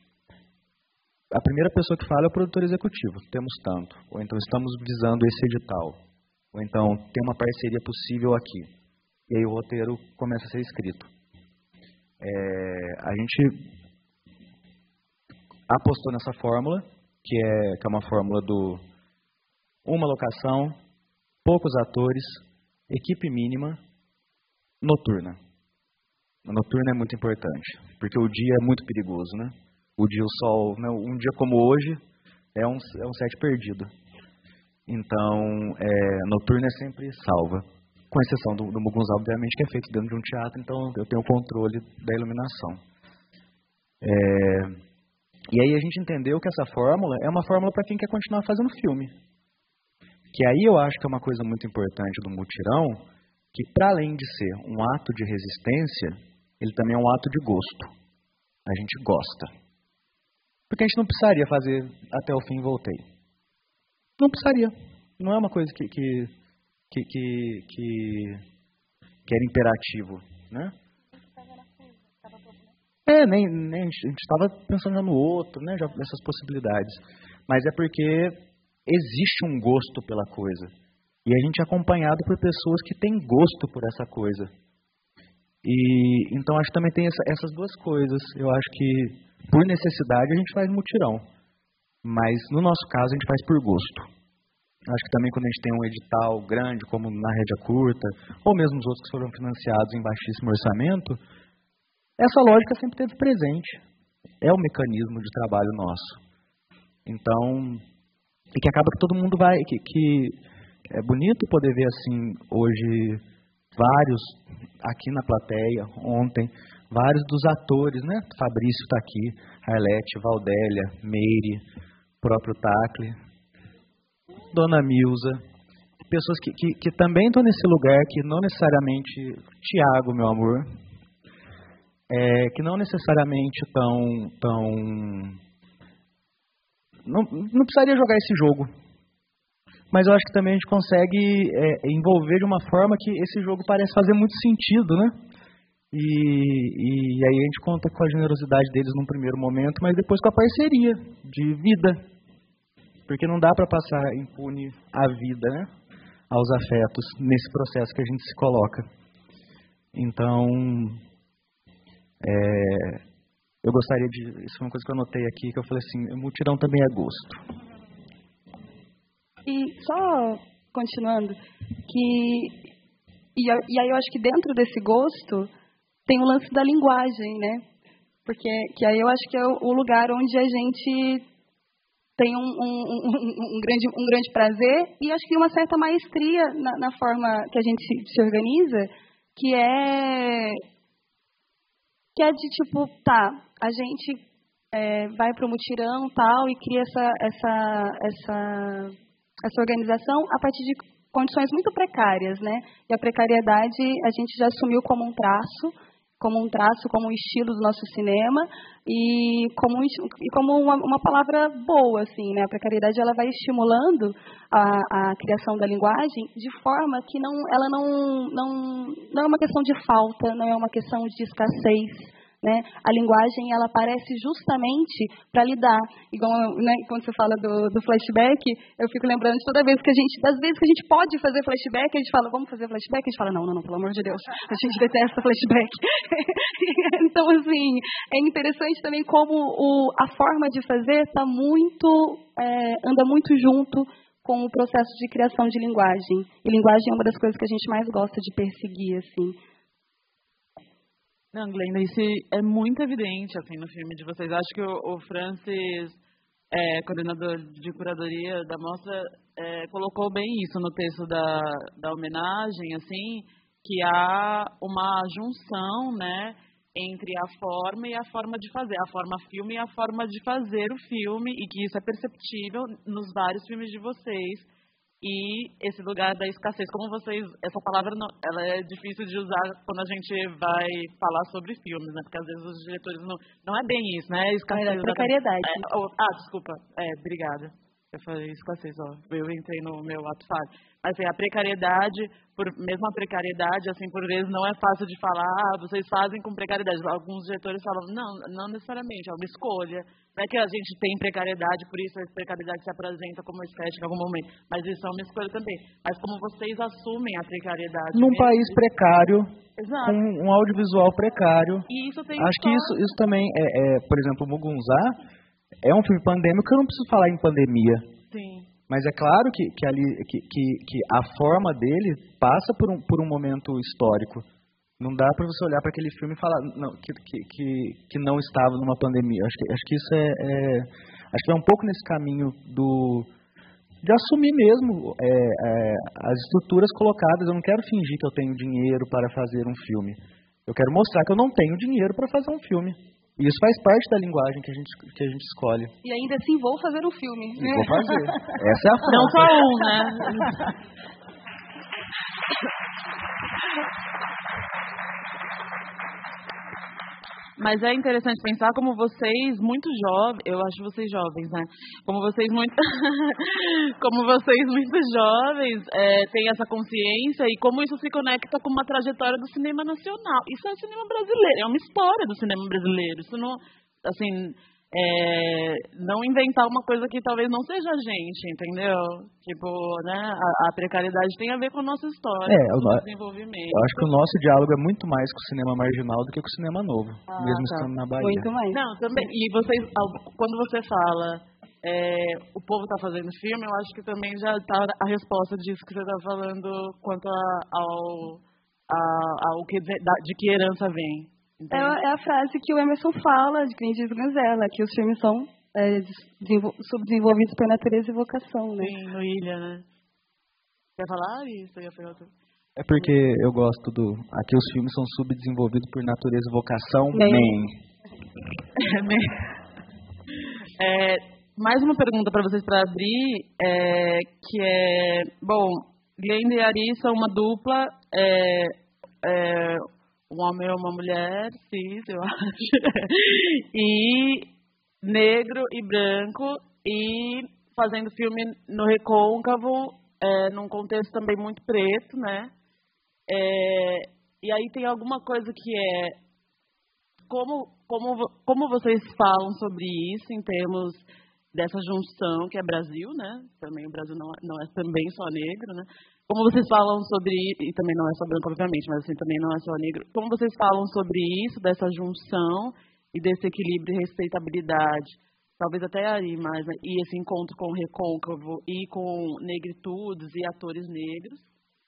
Speaker 3: a primeira pessoa que fala é o produtor executivo. Temos tanto. Ou então estamos visando esse edital. Ou então tem uma parceria possível aqui. E aí o roteiro começa a ser escrito. É, a gente apostou nessa fórmula, que é, que é uma fórmula do uma locação, poucos atores, equipe mínima, noturna. A noturna é muito importante, porque o dia é muito perigoso, né? O dia, o sol, né? Um dia como hoje é um, é um set perdido. Então, é, noturna é sempre salva, com exceção do, do Mugunzá, obviamente, que é feito dentro de um teatro, então eu tenho o controle da iluminação. É, e aí a gente entendeu que essa fórmula é uma fórmula para quem quer continuar fazendo filme. Que aí eu acho que é uma coisa muito importante do mutirão, que para além de ser um ato de resistência, ele também é um ato de gosto. A gente gosta. Porque a gente não precisaria fazer até o fim e voltei. Não precisaria. Não é uma coisa que, que, que, que, que, que era imperativo, né? É, nem, nem, a gente estava pensando já no outro, né? Já nessas possibilidades. Mas é porque existe um gosto pela coisa. E a gente é acompanhado por pessoas que têm gosto por essa coisa. E então acho que também tem essa, essas duas coisas. Eu acho que por necessidade a gente faz mutirão. Mas no nosso caso a gente faz por gosto. Acho que também quando a gente tem um edital grande, como na Rédea Curta, ou mesmo os outros que foram financiados em baixíssimo orçamento, essa lógica sempre esteve presente. É o mecanismo de trabalho nosso. Então, e que acaba que todo mundo vai... Que, que é bonito poder ver assim, hoje, vários aqui na plateia, ontem, vários dos atores, né? Fabrício está aqui, Arlete, Valdélia, Meire, próprio Tacle, Dona Milza, pessoas que, que, que também estão nesse lugar, que não necessariamente, Tiago, meu amor, é, que não necessariamente estão, tão, não, não precisaria jogar esse jogo. Mas eu acho que também a gente consegue é, envolver de uma forma que esse jogo parece fazer muito sentido, né? E, e aí a gente conta com a generosidade deles num primeiro momento, mas depois com a parceria de vida. Porque não dá para passar impune a vida, né? Aos afetos, nesse processo que a gente se coloca. Então, é, eu gostaria de... Isso foi uma coisa que eu anotei aqui, que eu falei assim, mutirão também é gosto.
Speaker 4: E só continuando, que e, e aí eu acho que dentro desse gosto tem o lance da linguagem, né? Porque que aí eu acho que é o lugar onde a gente tem um, um, um, um, grande, um grande prazer e acho que uma certa maestria na, na forma que a gente se, se organiza, que é que é de tipo, tá, a gente é, vai para o mutirão tal e cria essa essa essa essa organização a partir de condições muito precárias, né? E a precariedade a gente já assumiu como um traço, como um traço, como um estilo do nosso cinema e como, e como uma, uma palavra boa, assim, né? A precariedade ela vai estimulando a, a criação da linguagem de forma que não, ela não, não, não é uma questão de falta, não é uma questão de escassez. Né? A linguagem ela aparece justamente para lidar, igual, né, quando você fala do, do flashback, eu fico lembrando de toda vez que a gente, das vezes que a gente pode fazer flashback, a gente fala, vamos fazer flashback, a gente fala, não, não, não, pelo amor de Deus, a gente detesta flashback. Então, assim, é interessante também como o, a forma de fazer tá muito, é, anda muito junto com o processo de criação de linguagem. E linguagem é uma das coisas que a gente mais gosta de perseguir, assim.
Speaker 2: Não, Glenda, isso é muito evidente assim, no filme de vocês. Acho que o, o Francis é, coordenador de curadoria da mostra, é, colocou bem isso no texto da, da homenagem, assim, que há uma junção, né, entre a forma e a forma de fazer, a forma filme e a forma de fazer o filme, e que isso é perceptível nos vários filmes de vocês. E esse lugar da escassez, como vocês, essa palavra não, ela é difícil de usar quando a gente vai falar sobre filmes, né? Porque às vezes os diretores não, não é bem isso, né? Escassez.
Speaker 4: É precariedade.
Speaker 2: É, oh, ah, desculpa. É, obrigada. Eu falei escassez, ó. Eu entrei no meu ato falho. Mas assim, a precariedade, por, mesmo a precariedade, assim, por vezes não é fácil de falar, ah, vocês fazem com precariedade. Alguns diretores falam, não, não necessariamente, é uma escolha. Não é que a gente tem precariedade, por isso a precariedade se apresenta como estética em algum momento. Mas isso é uma escolha também. Mas como vocês assumem a precariedade.
Speaker 3: Num
Speaker 2: mesmo,
Speaker 3: país precário,
Speaker 2: exato,
Speaker 3: com um audiovisual precário.
Speaker 2: E isso tem
Speaker 3: Acho que isso, isso também, é, é, por exemplo, o Mugunzá é um filme pandêmico que eu não preciso falar em pandemia.
Speaker 2: Sim.
Speaker 3: Mas é claro que, que, ali, que, que, que a forma dele passa por um, por um momento histórico. Não dá para você olhar para aquele filme e falar não, que, que, que, que não estava numa pandemia. Acho que, acho que isso é, é... Acho que é um pouco nesse caminho do, de assumir mesmo é, é, as estruturas colocadas. Eu não quero fingir que eu tenho dinheiro para fazer um filme. Eu quero mostrar que eu não tenho dinheiro para fazer um filme. E isso faz parte da linguagem que a gente, que a gente escolhe.
Speaker 4: E ainda assim vou fazer um filme.
Speaker 3: E vou fazer. Essa é a frase.
Speaker 2: Não só um, né? Mas é interessante pensar como vocês, muito jovens, eu acho vocês jovens, né? Como vocês muito, como vocês muito jovens é, têm essa consciência e como isso se conecta com uma trajetória do cinema nacional. Isso é cinema brasileiro, é uma história do cinema brasileiro. Isso não, assim, é, não inventar uma coisa que talvez não seja a gente, entendeu? Tipo, né? A, a precariedade tem a ver com a nossa história,
Speaker 3: é,
Speaker 2: com o
Speaker 3: no,
Speaker 2: desenvolvimento.
Speaker 3: Eu acho que o nosso diálogo é muito mais com o cinema marginal do que com o cinema novo,
Speaker 2: ah,
Speaker 3: mesmo
Speaker 2: tá.
Speaker 3: estando na Bahia.
Speaker 4: Muito mais.
Speaker 2: Não, também. E vocês, quando você fala, é, o povo está fazendo filme, eu acho que também já está a resposta disso que você está falando quanto a, ao, a, ao que de, de que herança vem.
Speaker 4: É, é a frase que o Emerson fala de Quem Diz Granzella, que os filmes são é, subdesenvolvidos por natureza e vocação, né?
Speaker 2: Sim, no Ilha, né? Quer falar isso? Eu ia perguntar.
Speaker 3: É porque eu gosto do... Aqui os filmes são subdesenvolvidos por natureza e vocação.
Speaker 4: Man.
Speaker 2: É, mais uma pergunta para vocês para abrir, é, que é... Bom, Glenda e Ari são uma dupla... É, é, um homem ou uma mulher, cis, eu acho, e negro e branco, e fazendo filme no Recôncavo, é, num contexto também muito preto, né? É, e aí tem alguma coisa que é, como, como, como vocês falam sobre isso em termos dessa junção que é Brasil, né? Também o Brasil não, não é também só negro, né? Como vocês falam sobre, e também não é só branco, obviamente, mas assim, também não é só negro, como vocês falam sobre isso, dessa junção e desse equilíbrio e respeitabilidade, talvez até aí mais, né? E esse encontro com o Recôncavo e com negritudes e atores negros.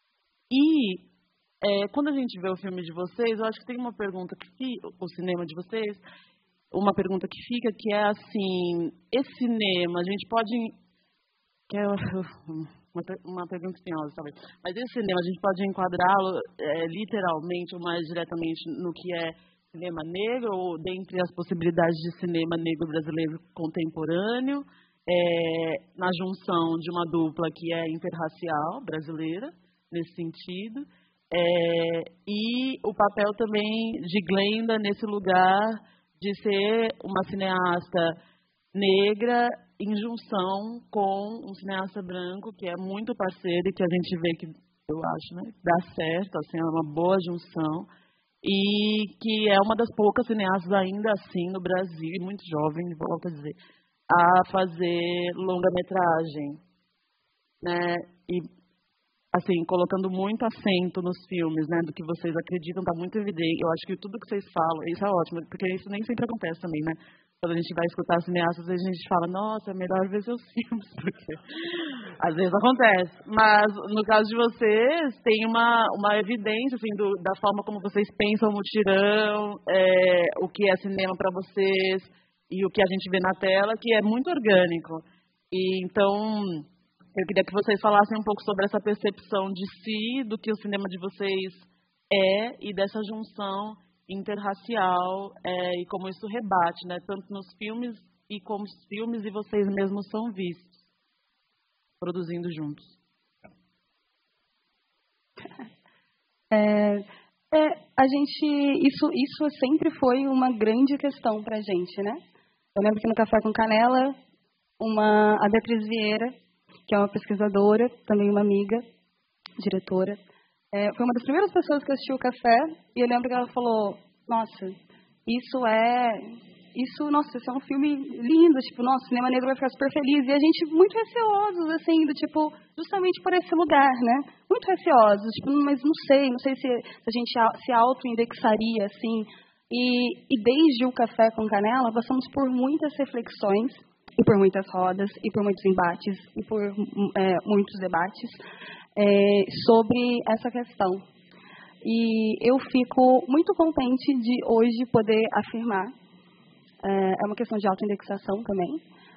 Speaker 2: E é, quando a gente vê o filme de vocês, eu acho que tem uma pergunta que fica, o cinema de vocês, uma pergunta que fica, que é assim, esse cinema, a gente pode... Que é, Uma, uma pergunta espinhosa, talvez. Mas esse cinema, a gente pode enquadrá-lo é, literalmente ou mais diretamente no que é cinema negro, ou dentre as possibilidades de cinema negro brasileiro contemporâneo, é, na junção de uma dupla que é interracial brasileira, nesse sentido, é, e o papel também de Glenda nesse lugar de ser uma cineasta negra em junção com um cineasta branco que é muito parceiro e que a gente vê que, eu acho, né, dá certo, assim, é uma boa junção e que é uma das poucas cineastas ainda assim no Brasil, muito jovem, volto a dizer, a fazer longa-metragem, né, e assim, colocando muito acento nos filmes, né, do que vocês acreditam, tá muito evidente. Eu acho que tudo que vocês falam, isso é ótimo, porque isso nem sempre acontece também, né? Quando a gente vai escutar cineastas, a gente fala, nossa, é melhor ver seus filmes, porque às vezes acontece. Mas, no caso de vocês, tem uma, uma evidência, assim, do, da forma como vocês pensam o mutirão, é, o que é cinema para vocês, e o que a gente vê na tela, que é muito orgânico. E, então, eu queria que vocês falassem um pouco sobre essa percepção de si, do que o cinema de vocês é, e dessa junção interracial, é, e como isso rebate, né, tanto nos filmes e como os filmes e vocês mesmos são vistos, produzindo juntos.
Speaker 4: É, é, a gente, isso, isso sempre foi uma grande questão para a gente, né? Eu lembro que no Café com Canela, uma, a Beatriz Vieira, que é uma pesquisadora, também uma amiga, diretora, é, foi uma das primeiras pessoas que assistiu o Café, e eu lembro que ela falou, nossa, isso é... Isso, nossa, isso é um filme lindo, tipo, nossa, o cinema negro vai ficar super feliz. E a gente muito receosos, assim, do tipo, justamente por esse lugar, né? Muito receosos, tipo, mas não sei, não sei se, se a gente se auto-indexaria, assim. E, e desde o Café com Canela, passamos por muitas reflexões, e por muitas rodas, e por muitos embates, e por é, muitos debates é, sobre essa questão. E eu fico muito contente de hoje poder afirmar. É uma questão de autoindexação também,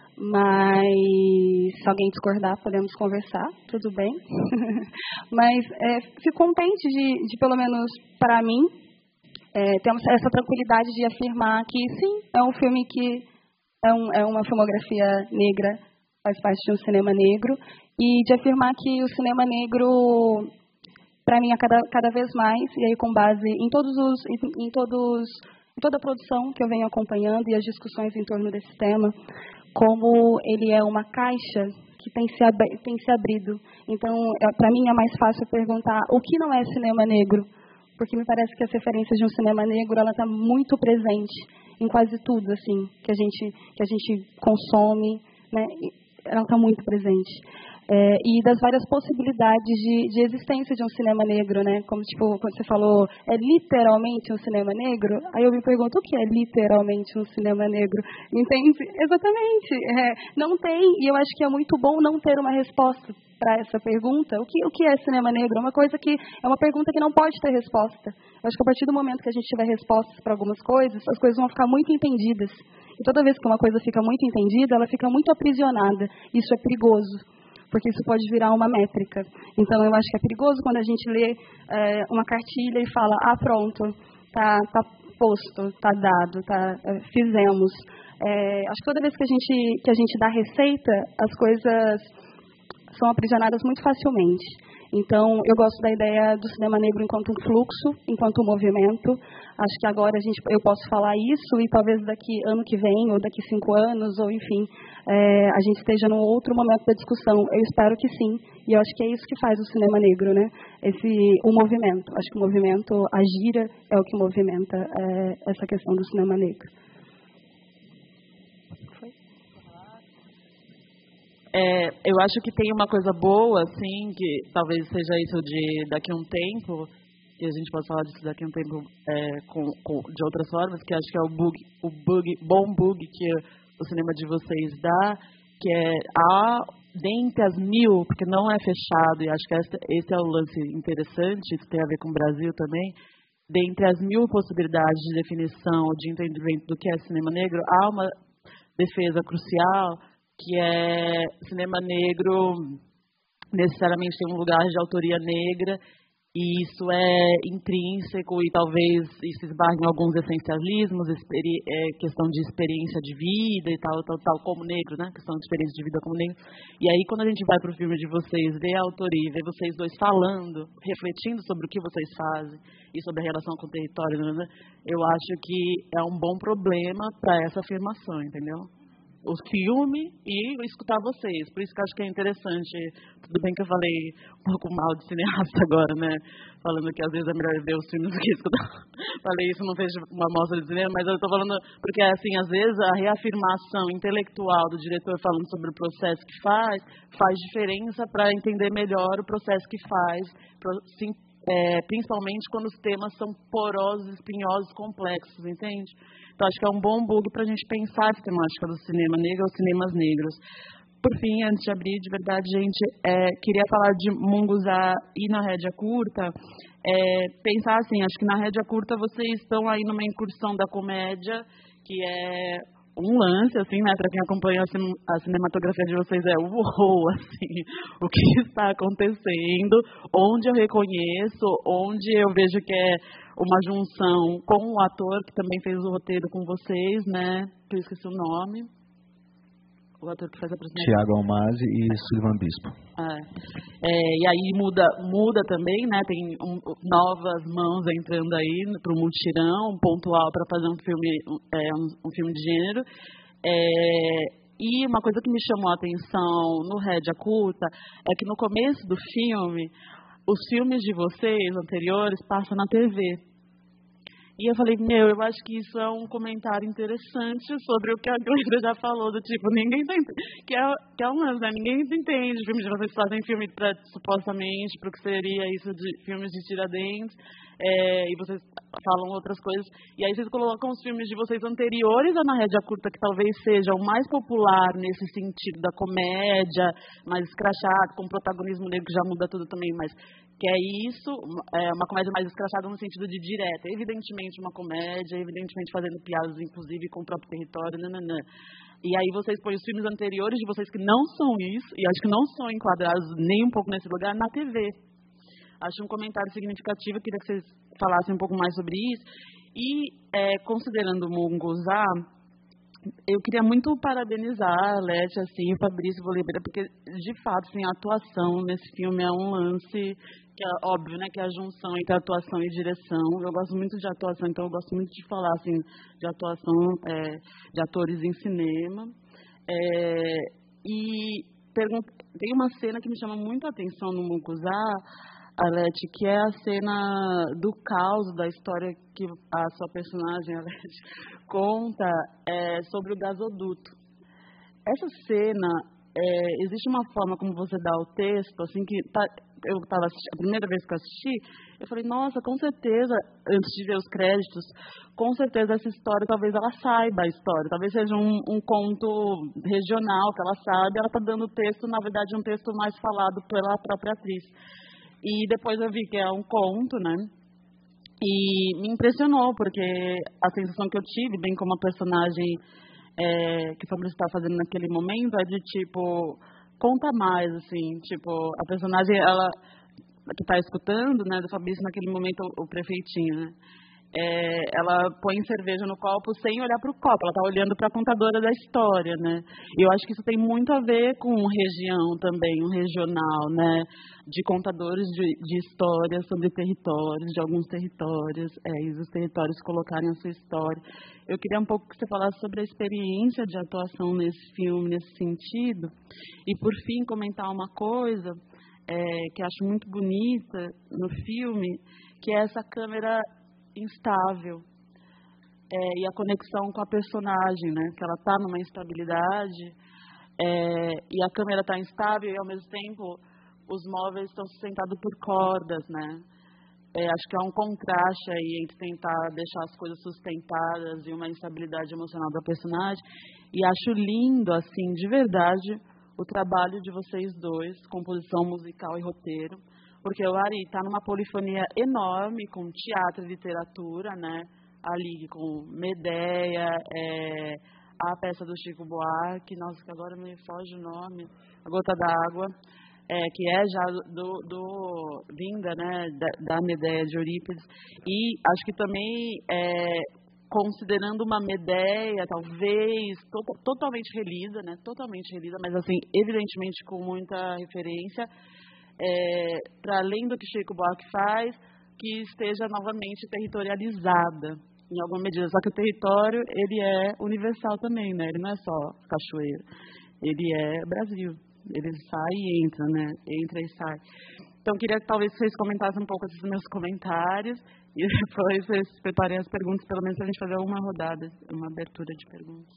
Speaker 4: mas se alguém discordar, podemos conversar, tudo bem. Mas é, fico contente de, de, pelo menos para mim, é, ter essa tranquilidade de afirmar que, sim, é um filme que é, um, é uma filmografia negra, faz parte de um cinema negro, e de afirmar que o cinema negro, para mim, é cada, cada vez mais, e aí com base em todos os... Em, em todos toda a produção que eu venho acompanhando e as discussões em torno desse tema, como ele é uma caixa que tem se, ab tem se abrido. Então, é, para mim, é mais fácil perguntar o que não é cinema negro, porque me parece que as referências de um cinema negro ela está muito presente em quase tudo, assim, que a gente que a gente consome, né? Ela está muito presente. É, e das várias possibilidades de, de existência de um cinema negro, né? Como, tipo, quando você falou, é literalmente um cinema negro? Aí eu me pergunto, o que é literalmente um cinema negro? Entende? Exatamente. É, não tem, e eu acho que é muito bom não ter uma resposta para essa pergunta. O que, o que é cinema negro? É uma coisa que, é uma pergunta que não pode ter resposta. Eu acho que a partir do momento que a gente tiver respostas para algumas coisas, as coisas vão ficar muito entendidas. E toda vez que uma coisa fica muito entendida, ela fica muito aprisionada. Isso é perigoso, porque isso pode virar uma métrica. Então, eu acho que é perigoso quando a gente lê é, uma cartilha e fala, ah, pronto, tá, tá posto, tá dado, tá, é, fizemos. É, acho que toda vez que a, gente, que a gente dá receita, as coisas são aprisionadas muito facilmente. Então, eu gosto da ideia do cinema negro enquanto um fluxo, enquanto um movimento. Acho que agora a gente, eu posso falar isso e talvez daqui ano que vem, ou daqui cinco anos, ou enfim, é, a gente esteja num outro momento da discussão. Eu espero que sim. E eu acho que é isso que faz o cinema negro, né? Esse, o movimento. Acho que o movimento, a gira, é o que movimenta é, essa questão do cinema negro.
Speaker 2: É, eu acho que tem uma coisa boa, assim, que talvez seja isso de daqui a um tempo, que a gente pode falar disso daqui a um tempo é, com, com, de outras formas, que acho que é o, bug, o bug, bom bug que o cinema de vocês dá, que é a, dentre as mil, porque não é fechado, e acho que esse, esse é o lance interessante, isso tem a ver com o Brasil também, dentre as mil possibilidades de definição, de entendimento do que é cinema negro, há uma defesa crucial, que é cinema negro necessariamente tem um lugar de autoria negra, e isso é intrínseco e talvez isso esbarre em alguns essencialismos, é, questão de experiência de vida e tal, tal, tal, como negro, né? Questão de experiência de vida como negro. E aí, quando a gente vai para o filme de vocês, vê a autoria, vê vocês dois falando, refletindo sobre o que vocês fazem e sobre a relação com o território, né? Eu acho que é um bom problema para essa afirmação, entendeu? O filme e escutar vocês. Por isso que eu acho que é interessante. Tudo bem que eu falei um pouco mal de cineasta agora, né? Falando que às vezes é melhor ver os filmes do que escutar. Falei isso, não fez uma mostra de cinema, mas eu estou falando porque, assim, às vezes a reafirmação intelectual do diretor falando sobre o processo que faz, faz diferença para entender melhor o processo que faz, sim, é, principalmente quando os temas são porosos, espinhosos, complexos, entende? Então, acho que é um bom bug para a gente pensar a temática do cinema negro ou cinemas negros. Por fim, antes de abrir, de verdade, gente, é, queria falar de Munguzá e na rédea curta. É, pensar assim, acho que na rédea curta vocês estão aí numa incursão da comédia, que é um lance, assim, né, para quem acompanha a, cin a cinematografia de vocês, é uou, assim, o que está acontecendo, onde eu reconheço, onde eu vejo que é uma junção com o ator que também fez o roteiro com vocês, né, que eu esqueci o nome, o ator que faz a apresentação.
Speaker 3: Tiago Almazi e Sullivan Bispo.
Speaker 2: É. É, e aí muda, muda também, né? Tem um, novas mãos entrando aí para o mutirão, um pontual para fazer um filme, é, um, um filme de gênero. É, e uma coisa que me chamou a atenção no Rédea Curta é que no começo do filme, os filmes de vocês anteriores passam na T V. E eu falei, meu, eu acho que isso é um comentário interessante sobre o que a Glenda já falou, do tipo, ninguém tá que é, que é um lance, né? Ninguém entende filme de vocês fazem filme pra, supostamente para o que seria isso de filmes de Tiradentes, é, e vocês falam outras coisas, e aí vocês colocam os filmes de vocês anteriores a Na Rédea Curta, que talvez seja o mais popular nesse sentido da comédia, mais escrachado, com protagonismo negro, que já muda tudo também, mas que é isso, é uma comédia mais escrachada no sentido de direta, evidentemente uma comédia, evidentemente fazendo piadas, inclusive, com o próprio território, nananã. E aí vocês põem os filmes anteriores de vocês que não são isso, e acho que não são enquadrados nem um pouco nesse lugar, na T V. Acho um comentário significativo, queria que vocês falassem um pouco mais sobre isso. E, é, considerando o Munguzá, eu queria muito parabenizar a Lete, assim, o Fabrício Volibeira, porque, de fato, assim, a atuação nesse filme é um lance que é óbvio, né, que é a junção entre atuação e direção. Eu gosto muito de atuação, então eu gosto muito de falar, assim, de atuação é, de atores em cinema. É, e tem uma cena que me chama muito a atenção no Munguzá, Alete, que é a cena do caos da história que a sua personagem, Alete, conta é, sobre o gasoduto. Essa cena, é, existe uma forma como você dá o texto, assim, que tá, eu estava a primeira vez que eu assisti, eu falei, nossa, com certeza, antes de ver os créditos, com certeza essa história, talvez ela saiba a história, talvez seja um, um conto regional que ela sabe, ela está dando o texto, na verdade, um texto mais falado pela própria atriz. E depois eu vi que é um conto, né? E me impressionou, porque a sensação que eu tive, bem como a personagem é, que o Fabrício está fazendo naquele momento, é de, tipo, conta mais, assim. Tipo, a personagem, ela que está escutando, né, do Fabrício, naquele momento, o, o prefeitinho, né? É, ela põe cerveja no copo sem olhar para o copo, ela está olhando para a contadora da história, né? E eu acho que isso tem muito a ver com região também, um regional, né? De contadores de, de histórias sobre territórios, de alguns territórios, é, e os territórios colocarem a sua história. Eu queria um pouco que você falasse sobre a experiência de atuação nesse filme, nesse sentido. E, por fim, comentar uma coisa é, que eu acho muito bonita no filme, que é essa câmera instável, é, e a conexão com a personagem, né? Que ela está numa instabilidade, é, e a câmera está instável e, ao mesmo tempo, os móveis estão sustentados por cordas, né? É, acho que há um contraste aí entre tentar deixar as coisas sustentadas e uma instabilidade emocional da personagem. E acho lindo, assim, de verdade, o trabalho de vocês dois, composição musical e roteiro, porque o Ari está numa polifonia enorme com teatro e literatura, né? Ali com Medéia, é, a peça do Chico Buarque, nossa, que agora me foge o nome, A Gota d'Água, é, que é já do, do vinda, né, da, da Medéia de Eurípides. E acho que também, é, considerando uma Medéia, talvez, to, totalmente relida, né? Totalmente relida, mas, assim, evidentemente com muita referência, É, para além do que Chico Buarque faz, que esteja novamente territorializada, em alguma medida. Só que o território, ele é universal também, né? Ele não é só cachoeira, ele é Brasil. Ele sai e entra, né? Entra e sai. Então, queria que talvez vocês comentassem um pouco desses meus comentários e depois vocês preparem as perguntas, pelo menos para a gente fazer uma rodada, uma abertura de perguntas.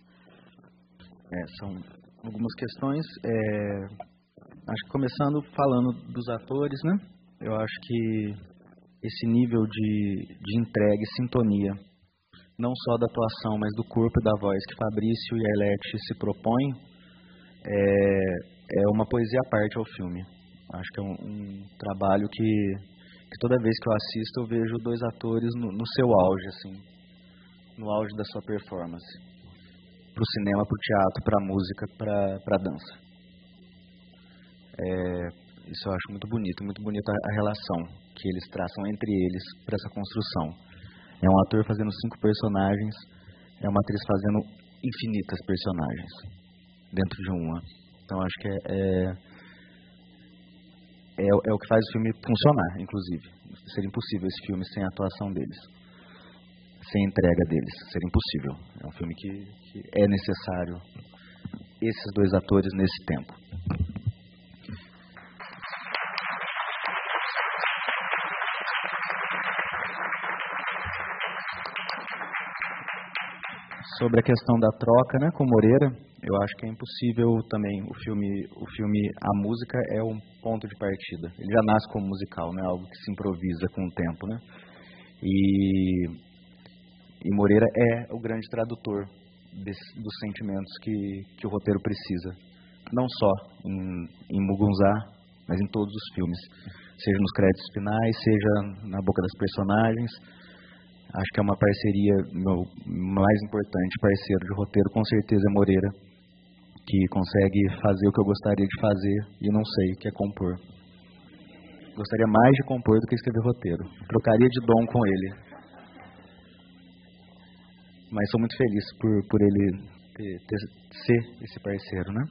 Speaker 3: É, são algumas questões... É... Acho que começando falando dos atores, né? Eu acho que esse nível de, de entrega e sintonia, não só da atuação, mas do corpo e da voz que Fabrício e a Elete se propõem, é, é uma poesia à parte ao filme. Acho que é um, um trabalho que, que toda vez que eu assisto eu vejo dois atores no, no seu auge, assim, no auge da sua performance. para o cinema, para o teatro, para a música, para a dança. É, isso eu acho muito bonito, muito bonita a relação que eles traçam entre eles para essa construção. É um ator fazendo cinco personagens, é uma atriz fazendo infinitas personagens dentro de uma. Então acho que é, é, é, é o que faz o filme funcionar, inclusive. Seria impossível esse filme sem a atuação deles, sem a entrega deles, seria impossível. É um filme que, que é necessário esses dois atores nesse tempo. Sobre a questão da troca, né, com Moreira, eu acho que é impossível também o filme, o filme, a música é um ponto de partida. Ele já nasce como musical, não é algo que se improvisa com o tempo, né? E, e Moreira é o grande tradutor desse, dos sentimentos que, que o roteiro precisa, não só em, em Mugunzá, mas em todos os filmes, seja nos créditos finais, seja na boca das personagens. Acho que é uma parceria, meu mais importante parceiro de roteiro, com certeza é Moreira, que consegue fazer o que eu gostaria de fazer e não sei, que é compor. Gostaria mais de compor do que escrever roteiro. Trocaria de dom com ele. Mas sou muito feliz por, por ele ter, ter, ser esse parceiro, né?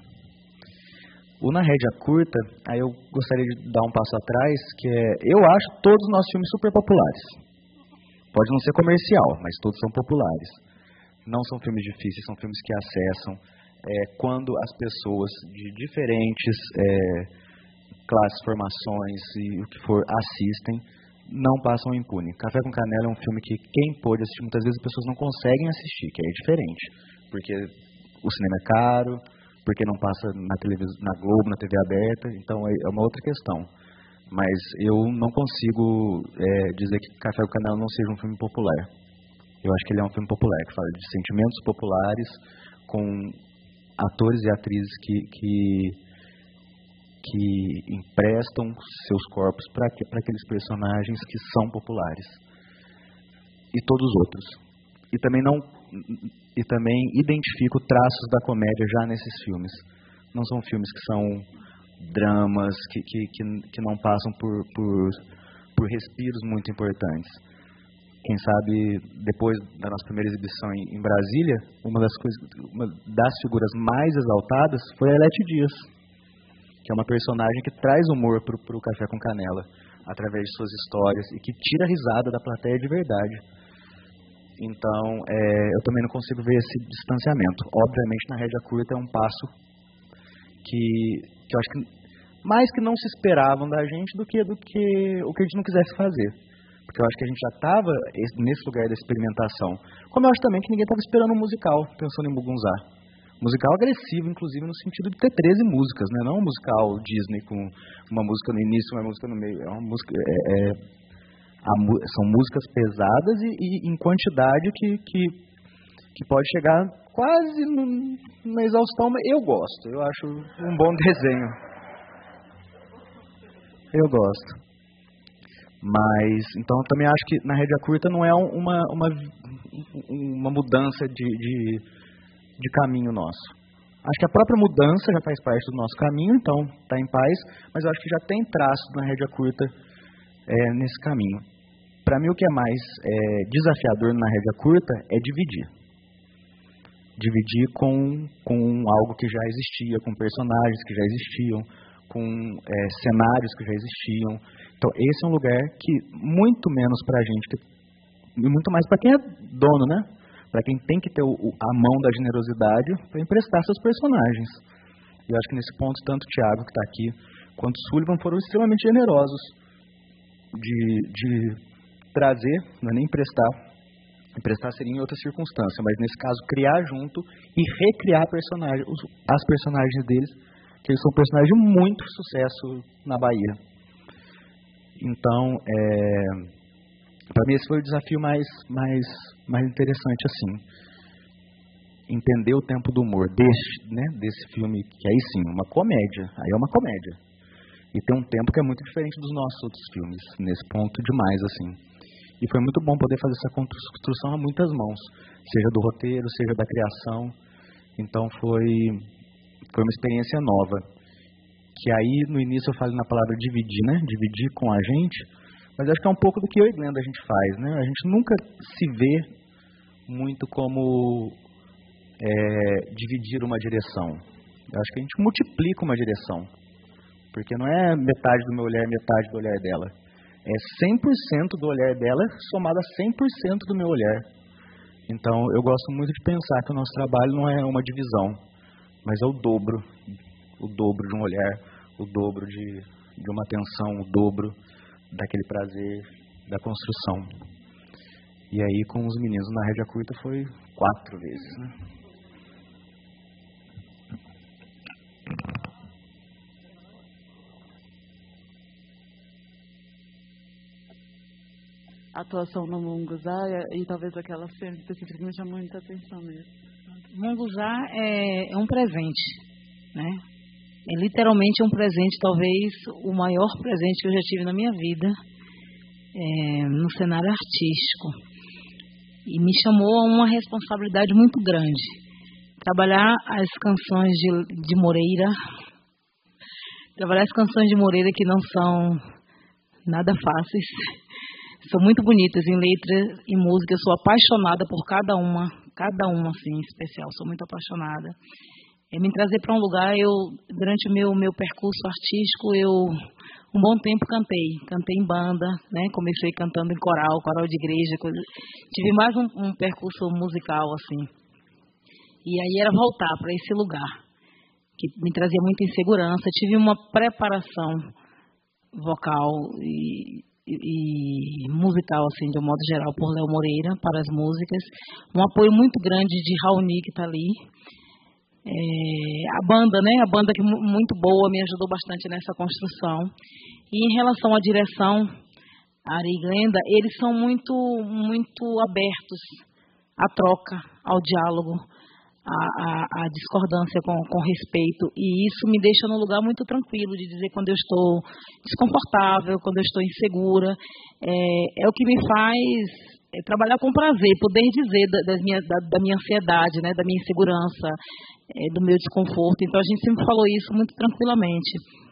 Speaker 3: O Na Rédea Curta, aí eu gostaria de dar um passo atrás, que é, eu acho todos os nossos filmes super populares. Pode não ser comercial, mas todos são populares. Não são filmes difíceis, são filmes que acessam. É, quando as pessoas de diferentes é, classes, formações e o que for assistem, não passam impune. Café com Canela é um filme que quem pôde assistir, muitas vezes as pessoas não conseguem assistir, que é diferente. Porque o cinema é caro, porque não passa na televisão, na Globo, na T V aberta, então é uma outra questão. Mas eu não consigo é, dizer que Café com Canela não seja um filme popular. Eu acho que ele é um filme popular, que fala de sentimentos populares, com atores e atrizes que, que, que emprestam seus corpos para aqueles personagens que são populares. E todos os outros. E também, não, e também identifico traços da comédia já nesses filmes. Não são filmes que são dramas que, que, que, que não passam por, por, por respiros muito importantes. Quem sabe, depois da nossa primeira exibição em, em Brasília, uma das, coisas, uma das figuras mais exaltadas foi a Elete Dias, que é uma personagem que traz humor para o Café com Canela, através de suas histórias, e que tira a risada da plateia de verdade. Então, é, eu também não consigo ver esse distanciamento. Obviamente, Na Rédea Curta é um passo que... que eu acho que mais que não se esperavam da gente do que, do que o que a gente não quisesse fazer. Porque eu acho que a gente já estava nesse lugar da experimentação. Como eu acho também que ninguém estava esperando um musical, pensando em Mugunzá. Musical agressivo, inclusive, no sentido de ter treze músicas, né? Não um musical Disney com uma música no início e uma música no meio. É uma música, é, é, a, são músicas pesadas e, e em quantidade que, que, que pode chegar quase na exaustão, mas eu gosto. Eu acho um bom desenho. Eu gosto. Mas, então, eu também acho que Na Rédea Curta não é uma, uma, uma mudança de, de, de caminho nosso. Acho que a própria mudança já faz parte do nosso caminho, então está em paz, mas eu acho que já tem traços Na Rédea Curta é, nesse caminho. Para mim, o que é mais é, desafiador Na Rédea Curta é dividir. Dividir com, com algo que já existia, com personagens que já existiam, com é, cenários que já existiam. Então, esse é um lugar que, muito menos para a gente, que, e muito mais para quem é dono, né? Para quem tem que ter o, a mão da generosidade para emprestar seus personagens. E eu acho que nesse ponto, tanto o Thiago, que está aqui, quanto o Sullivan foram extremamente generosos de, de trazer, não é nem emprestar, emprestar seria em outra circunstância, mas nesse caso criar junto e recriar personagem, as personagens deles, que eles são personagens de muito sucesso na Bahia. Então, é, para mim esse foi o desafio mais, mais, mais interessante, assim. Entender o tempo do humor desse, né, desse filme, que aí sim, uma comédia, aí é uma comédia. E tem um tempo que é muito diferente dos nossos outros filmes, nesse ponto demais, assim. E foi muito bom poder fazer essa construção a muitas mãos, seja do roteiro, seja da criação. Então foi, foi uma experiência nova. Que aí, no início, eu falei na palavra dividir, né? Dividir com a gente. Mas acho que é um pouco do que eu e Glenda a gente faz, né? A gente nunca se vê muito como é, dividir uma direção. Eu acho que a gente multiplica uma direção. Porque não é metade do meu olhar, metade do olhar dela. É cem por cento do olhar dela somado a cem por cento do meu olhar. Então, eu gosto muito de pensar que o nosso trabalho não é uma divisão, mas é o dobro. O dobro de um olhar, o dobro de, de uma atenção, o dobro daquele prazer da construção. E aí, com os meninos na rédea curta, foi quatro vezes, né?
Speaker 2: A atuação no Munguzá e, e talvez aquela cena específica que me chamou muita atenção mesmo.
Speaker 5: Munguzá é, é um presente, né? É literalmente um presente, talvez o maior presente que eu já tive na minha vida, é, no cenário artístico. E me chamou a uma responsabilidade muito grande. Trabalhar as canções de, de Moreira, trabalhar as canções de Moreira que não são nada fáceis, são muito bonitas em letra e música. Eu sou apaixonada por cada uma, cada uma assim, em especial, sou muito apaixonada. É, me trazer para um lugar, eu, durante o meu, meu percurso artístico, eu um bom tempo cantei, cantei em banda, né? Comecei cantando em coral, coral de igreja, coisa. Tive mais um, um percurso musical, assim. E aí era voltar para esse lugar, que me trazia muita insegurança. Tive uma preparação vocal e, e, e musical, assim, de um modo geral, por Léo Moreira, para as músicas. Um apoio muito grande de Raoni, que está ali. É, a banda, né? A banda que muito boa, me ajudou bastante nessa construção. E em relação à direção, Ari e Glenda, eles são muito, muito abertos à troca, ao diálogo, à, à, à discordância com, com respeito. E isso me deixa num lugar muito tranquilo de dizer quando eu estou desconfortável, quando eu estou insegura. É, é o que me faz é, trabalhar com prazer, poder dizer da, das minha, da, da minha ansiedade, né? Da minha insegurança, é, do meu desconforto. Então, a gente sempre falou isso muito tranquilamente.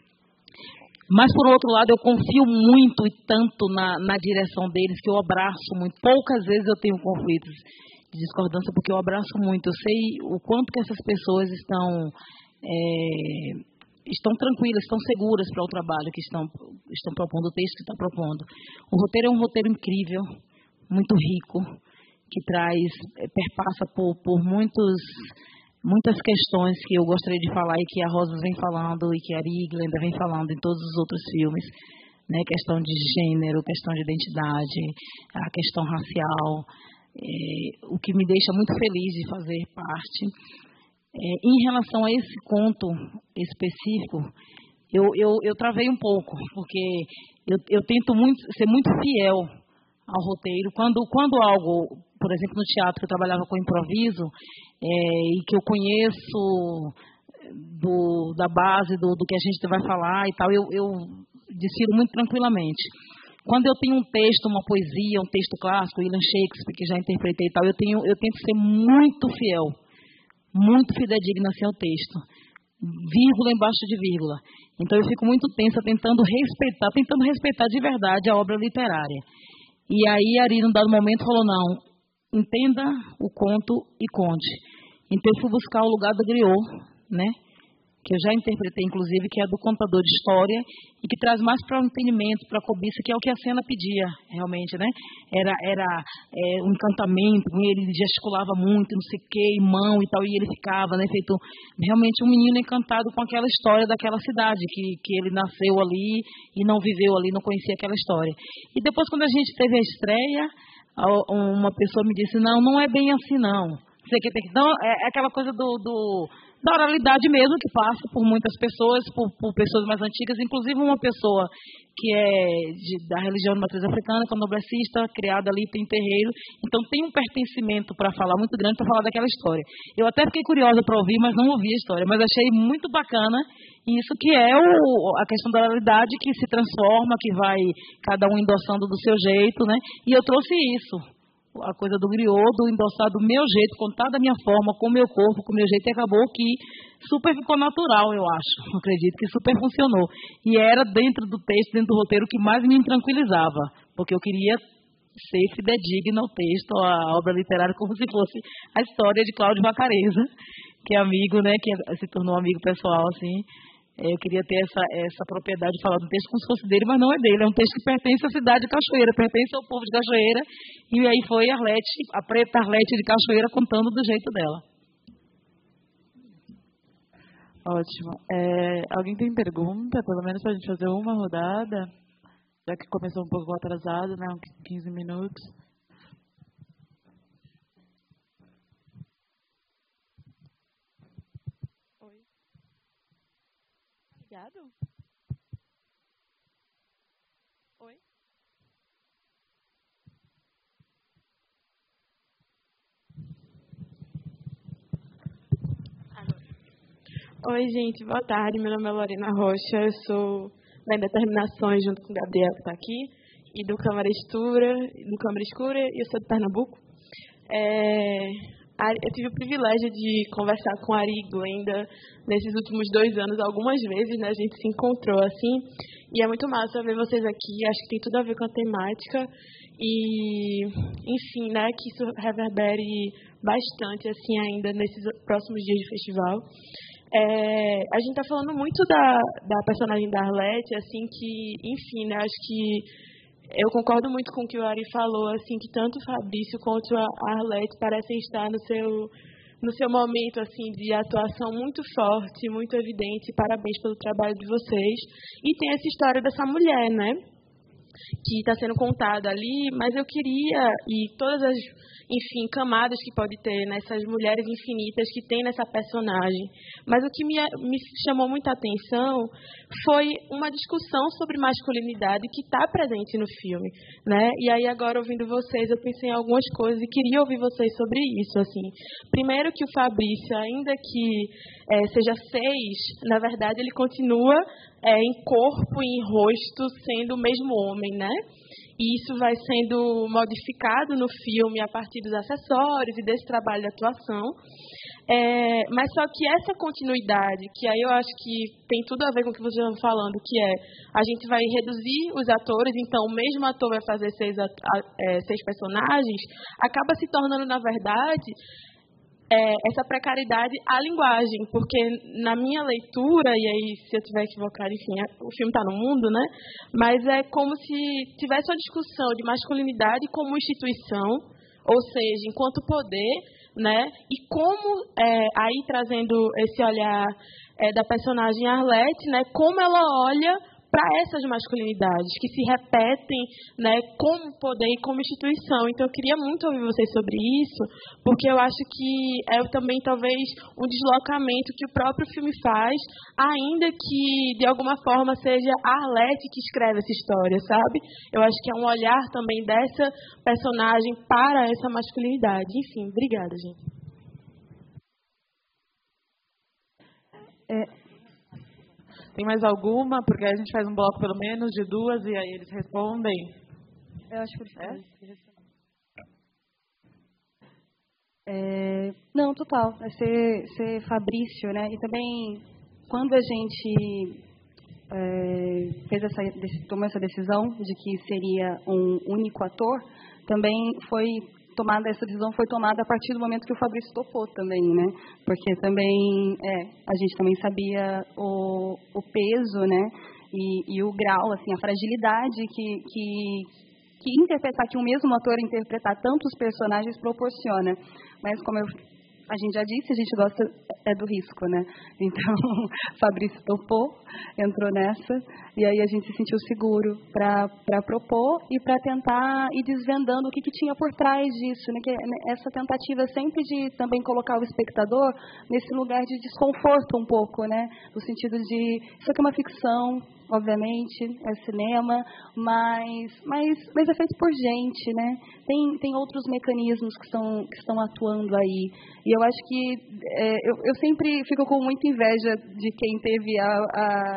Speaker 5: Mas, por outro lado, eu confio muito e tanto na, na direção deles, que eu abraço muito. Poucas vezes eu tenho conflitos de discordância, porque eu abraço muito. Eu sei o quanto que essas pessoas estão, é, estão tranquilas, estão seguras para o trabalho que estão, estão propondo, o texto que está propondo. O roteiro é um roteiro incrível, muito rico, que traz, perpassa por, por muitos... muitas questões que eu gostaria de falar e que a Rosa vem falando e que a Ari e Glenda vem falando em todos os outros filmes, né? Questão de gênero, questão de identidade, a questão racial, é, o que me deixa muito feliz de fazer parte. É, em relação a esse conto específico, eu, eu, eu travei um pouco, porque eu, eu tento muito, ser muito fiel ao roteiro. Quando, quando algo, por exemplo, no teatro, eu trabalhava com improviso, é, e que eu conheço do, da base do, do que a gente vai falar e tal, eu, eu desfilo muito tranquilamente. Quando eu tenho um texto, uma poesia, um texto clássico, William Shakespeare, que já interpretei e tal, eu, tenho, eu tento ser muito fiel, muito fidedigna assim ao texto, vírgula embaixo de vírgula. Então eu fico muito tensa tentando respeitar, tentando respeitar de verdade a obra literária. E aí a Ari, num dado momento, falou, não, entenda o conto e conte. Então eu fui buscar o lugar do griot, né? Que eu já interpretei, inclusive, que é do contador de história e que traz mais para o entendimento, para a cobiça, que é o que a cena pedia, realmente, né? Era, era é, um encantamento, ele gesticulava muito, não sei o quê, mão e tal, e ele ficava, né? Feito realmente um menino encantado com aquela história daquela cidade, que, que ele nasceu ali e não viveu ali, não conhecia aquela história. E depois, quando a gente teve a estreia, uma pessoa me disse, não, não é bem assim, não. Então, é aquela coisa do... do da oralidade mesmo, que passa por muitas pessoas, por, por pessoas mais antigas, inclusive uma pessoa que é de, da religião de matriz africana, candomblessista, criada ali, tem terreiro, então tem um pertencimento para falar, muito grande para falar daquela história. Eu até fiquei curiosa para ouvir, mas não ouvi a história, mas achei muito bacana isso, que é o, a questão da oralidade que se transforma, que vai cada um endossando do seu jeito, né? E eu trouxe isso. a coisa do griot, do endossar do meu jeito, contar da minha forma, com o meu corpo, com o meu jeito, e acabou que super ficou natural, eu acho. Acredito que super funcionou. E era dentro do texto, dentro do roteiro, que mais me tranquilizava, porque eu queria ser fidedigna ao texto, à obra literária, como se fosse a história de Cláudio Vacareza, que é amigo, né, que se tornou amigo pessoal, assim. Eu queria ter essa, essa propriedade de falar do texto como se fosse dele, mas não é dele. É um texto que pertence à cidade de Cachoeira, pertence ao povo de Cachoeira. E aí foi a Arlete, a preta Arlete de Cachoeira, contando do jeito dela.
Speaker 2: Ótimo. É, alguém tem pergunta? Pelo menos para a gente fazer uma rodada, já que começou um pouco atrasado, né? Uns quinze minutos.
Speaker 6: Obrigado. Oi? Oi, gente, boa tarde. Meu nome é Lorena Rocha. Eu sou da Indeterminações, junto com o Gabriel, que está aqui, e do Câmara Escura, do Câmara Escura, e eu sou de Pernambuco. É... Eu tive o privilégio de conversar com a Ari e Glenda nesses últimos dois anos, algumas vezes, né? A gente se encontrou assim, e é muito massa ver vocês aqui. Acho que tem tudo a ver com a temática e, enfim, né? Que isso reverbere bastante assim ainda nesses próximos dias de festival. É, a gente está falando muito da, da personagem da Arlete, assim, que, enfim, né? Acho que eu concordo muito com o que o Ari falou, assim, que tanto o Fabrício quanto a Arlete parecem estar no seu, no seu momento, assim, de atuação muito forte, muito evidente. Parabéns pelo trabalho de vocês. E tem essa história dessa mulher, né, que está sendo contada ali, mas eu queria, e todas as, enfim, camadas que pode ter nessas mulheres infinitas que tem nessa personagem. Mas o que me, me chamou muita atenção foi uma discussão sobre masculinidade que está presente no filme, né? E aí agora, ouvindo vocês, eu pensei em algumas coisas e queria ouvir vocês sobre isso, assim. Primeiro que o Fabrício, ainda que é, seja seis, na verdade ele continua é, em corpo e em rosto sendo o mesmo homem, né? E isso vai sendo modificado no filme a partir dos acessórios e desse trabalho de atuação. É, mas só que essa continuidade, que aí eu acho que tem tudo a ver com o que vocês estão falando, que é a gente vai reduzir os atores, então o mesmo ator vai fazer seis, é, seis personagens, acaba se tornando, na verdade, É, essa precariedade à linguagem, porque na minha leitura, e aí se eu estiver equivocada, enfim, o filme está no mundo, né? Mas é como se tivesse uma discussão de masculinidade como instituição, ou seja, enquanto poder, né? E como, é, aí trazendo esse olhar é, da personagem Arlete, né? Como ela olha para essas masculinidades que se repetem, né, como poder e como instituição. Então, eu queria muito ouvir vocês sobre isso, porque eu acho que é também, talvez, um deslocamento que o próprio filme faz, ainda que, de alguma forma, seja a Arlete que escreve essa história, sabe? Eu acho que é um olhar também dessa personagem para essa masculinidade. Enfim, obrigada, gente.
Speaker 2: É... Tem mais alguma? Porque a gente faz um bloco pelo menos de duas e aí eles respondem.
Speaker 4: Eu acho que
Speaker 2: é?
Speaker 4: É, não, total. É ser, ser Fabrício, né? E também, quando a gente é, fez essa, tomou essa decisão de que seria um único ator, também foi tomada, essa decisão foi tomada a partir do momento que o Fabrício topou também, né? Porque também, é, a gente também sabia o, o peso, né? E, e o grau, assim, a fragilidade que, que, que interpretar, que o mesmo ator interpretar tantos personagens proporciona. Mas, como eu, a gente já disse, a gente gosta é do risco, né? Então, Fabrício topou, entrou nessa, e aí a gente se sentiu seguro para propor e para tentar ir desvendando o que, que tinha por trás disso, né? Que essa tentativa sempre de também colocar o espectador nesse lugar de desconforto um pouco, né? No sentido de, isso aqui é uma ficção, obviamente, é cinema, mas, mas, mas é feito por gente, né? Tem, tem outros mecanismos que estão, que estão atuando aí. E eu acho que é, eu, eu sempre fico com muita inveja de quem teve a, a,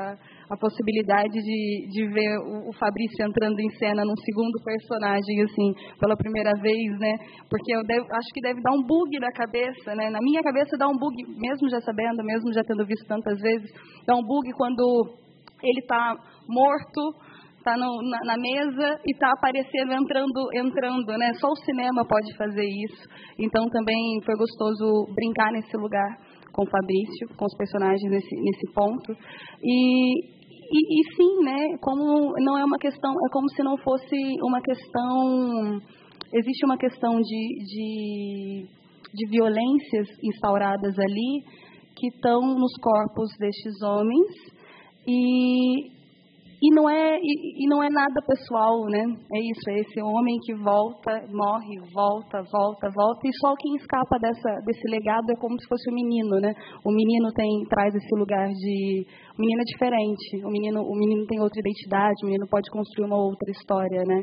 Speaker 4: a possibilidade de, de ver o, o Fabrício entrando em cena num segundo personagem, assim, pela primeira vez, né? Porque eu devo, acho que deve dar um bug na cabeça, né? Na minha cabeça dá um bug, mesmo já sabendo, mesmo já tendo visto tantas vezes, dá um bug quando ele está morto, está na, na mesa e está aparecendo, entrando, entrando, né? Só o cinema pode fazer isso. Então, também foi gostoso brincar nesse lugar com o Fabrício, com os personagens nesse, nesse ponto. E, e, e sim, né? Como não é uma questão, é como se não fosse uma questão. Existe uma questão de, de, de violências instauradas ali que estão nos corpos destes homens e E não, é, e, e não é nada pessoal, né? É isso, é esse homem que volta, morre, volta, volta, volta, e só quem escapa dessa, desse legado é como se fosse o menino, né? O menino tem, traz esse lugar de... O menino é diferente, o menino, o menino tem outra identidade, o menino pode construir uma outra história, né?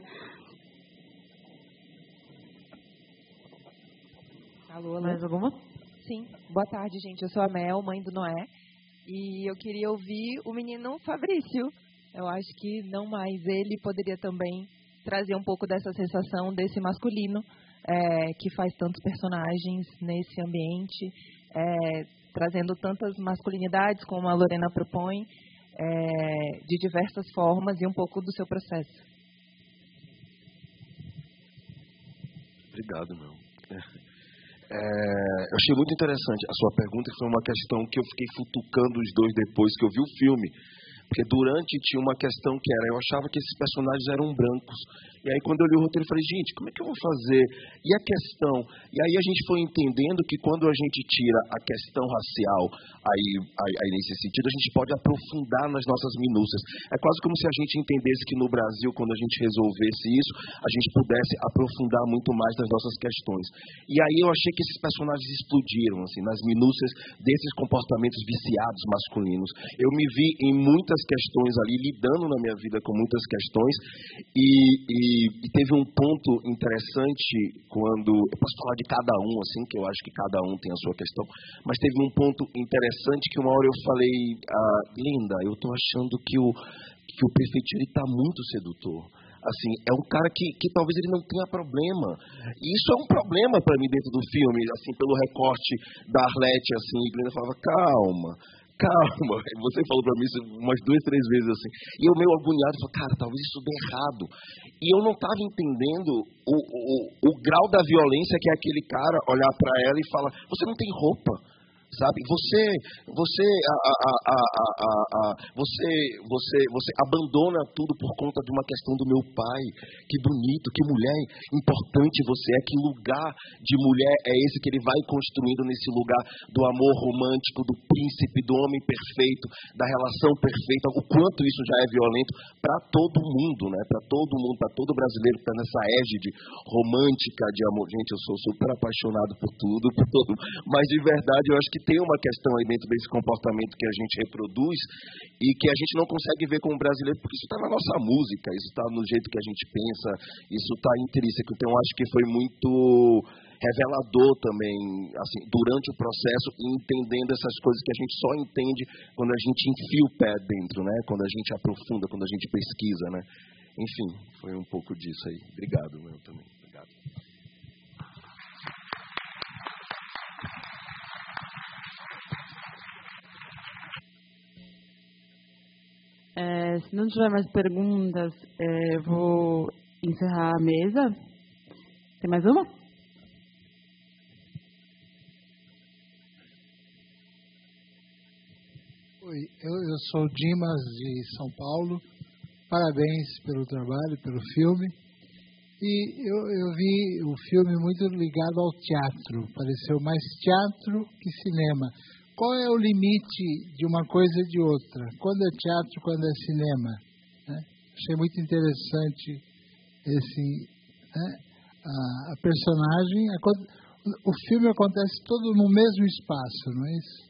Speaker 7: Alô, mais alguma?
Speaker 8: Sim. Boa tarde, gente. Eu sou a Mel, mãe do Noé, e eu queria ouvir o menino Fabrício. Eu acho que não mais ele poderia também trazer um pouco dessa sensação desse masculino é, que faz tantos personagens nesse ambiente, é, trazendo tantas masculinidades como a Lorena propõe, é, de diversas formas e um pouco do seu processo.
Speaker 9: Obrigado, meu. É, eu achei muito interessante a sua pergunta, que foi uma questão que eu fiquei futucando os dois depois que eu vi o filme. Porque durante tinha uma questão que era, eu achava que esses personagens eram brancos. E aí quando eu li o roteiro, eu falei, gente, como é que eu vou fazer? E a questão? E aí a gente foi entendendo que quando a gente tira a questão racial, aí, aí, aí nesse sentido, a gente pode aprofundar nas nossas minúcias. É quase como se a gente entendesse que no Brasil, quando a gente resolvesse isso, a gente pudesse aprofundar muito mais nas nossas questões. E aí eu achei que esses personagens explodiram, assim, nas minúcias desses comportamentos viciados masculinos. Eu me vi em muitas questões ali, lidando na minha vida com muitas questões, e, e, e teve um ponto interessante quando, eu posso falar de cada um, assim, que eu acho que cada um tem a sua questão, mas teve um ponto interessante que uma hora eu falei, ah, Linda, eu tô achando que o, que o prefeito ele tá muito sedutor. Assim, é um cara que, que talvez ele não tenha problema. E isso é um problema para mim dentro do filme, assim, pelo recorte da Arlete, assim, e Glenda falava, calma, calma. Você falou para mim isso umas duas, três vezes, assim. E eu meio agoniado, falei, cara, talvez isso dê errado. E eu não estava entendendo o, o, o grau da violência que é aquele cara olhar para ela e falar, você não tem roupa. Sabe, você, você, a, a, a, a, a, a, você, você, você abandona tudo por conta de uma questão do meu pai. Que bonito, que mulher importante você é, que lugar de mulher é esse que ele vai construindo nesse lugar do amor romântico, do príncipe, do homem perfeito, da relação perfeita. O quanto isso já é violento para todo mundo, né? Para todo mundo, para todo brasileiro que está nessa égide romântica de amor. Gente, eu sou super apaixonado por tudo, por todo, mas de verdade eu acho que tem uma questão aí dentro desse comportamento que a gente reproduz e que a gente não consegue ver como brasileiro, porque isso está na nossa música, isso está no jeito que a gente pensa, isso está intrínseco. Então, eu acho que foi muito revelador também, assim, durante o processo, entendendo essas coisas que a gente só entende quando a gente enfia o pé dentro, né? Quando a gente aprofunda, quando a gente pesquisa, né? Enfim, foi um pouco disso aí. Obrigado, meu, também. Obrigado.
Speaker 2: É, se não tiver mais perguntas, é, vou encerrar a mesa. Tem mais uma?
Speaker 10: Oi, eu, eu sou o Dimas, de São Paulo. Parabéns pelo trabalho, pelo filme. E eu, eu vi o filme muito ligado ao teatro. Pareceu mais teatro que cinema. Qual é o limite de uma coisa e de outra? Quando é teatro, quando é cinema? Né? Achei muito interessante esse, né? a, a personagem. A, o filme acontece todo no mesmo espaço, não é isso?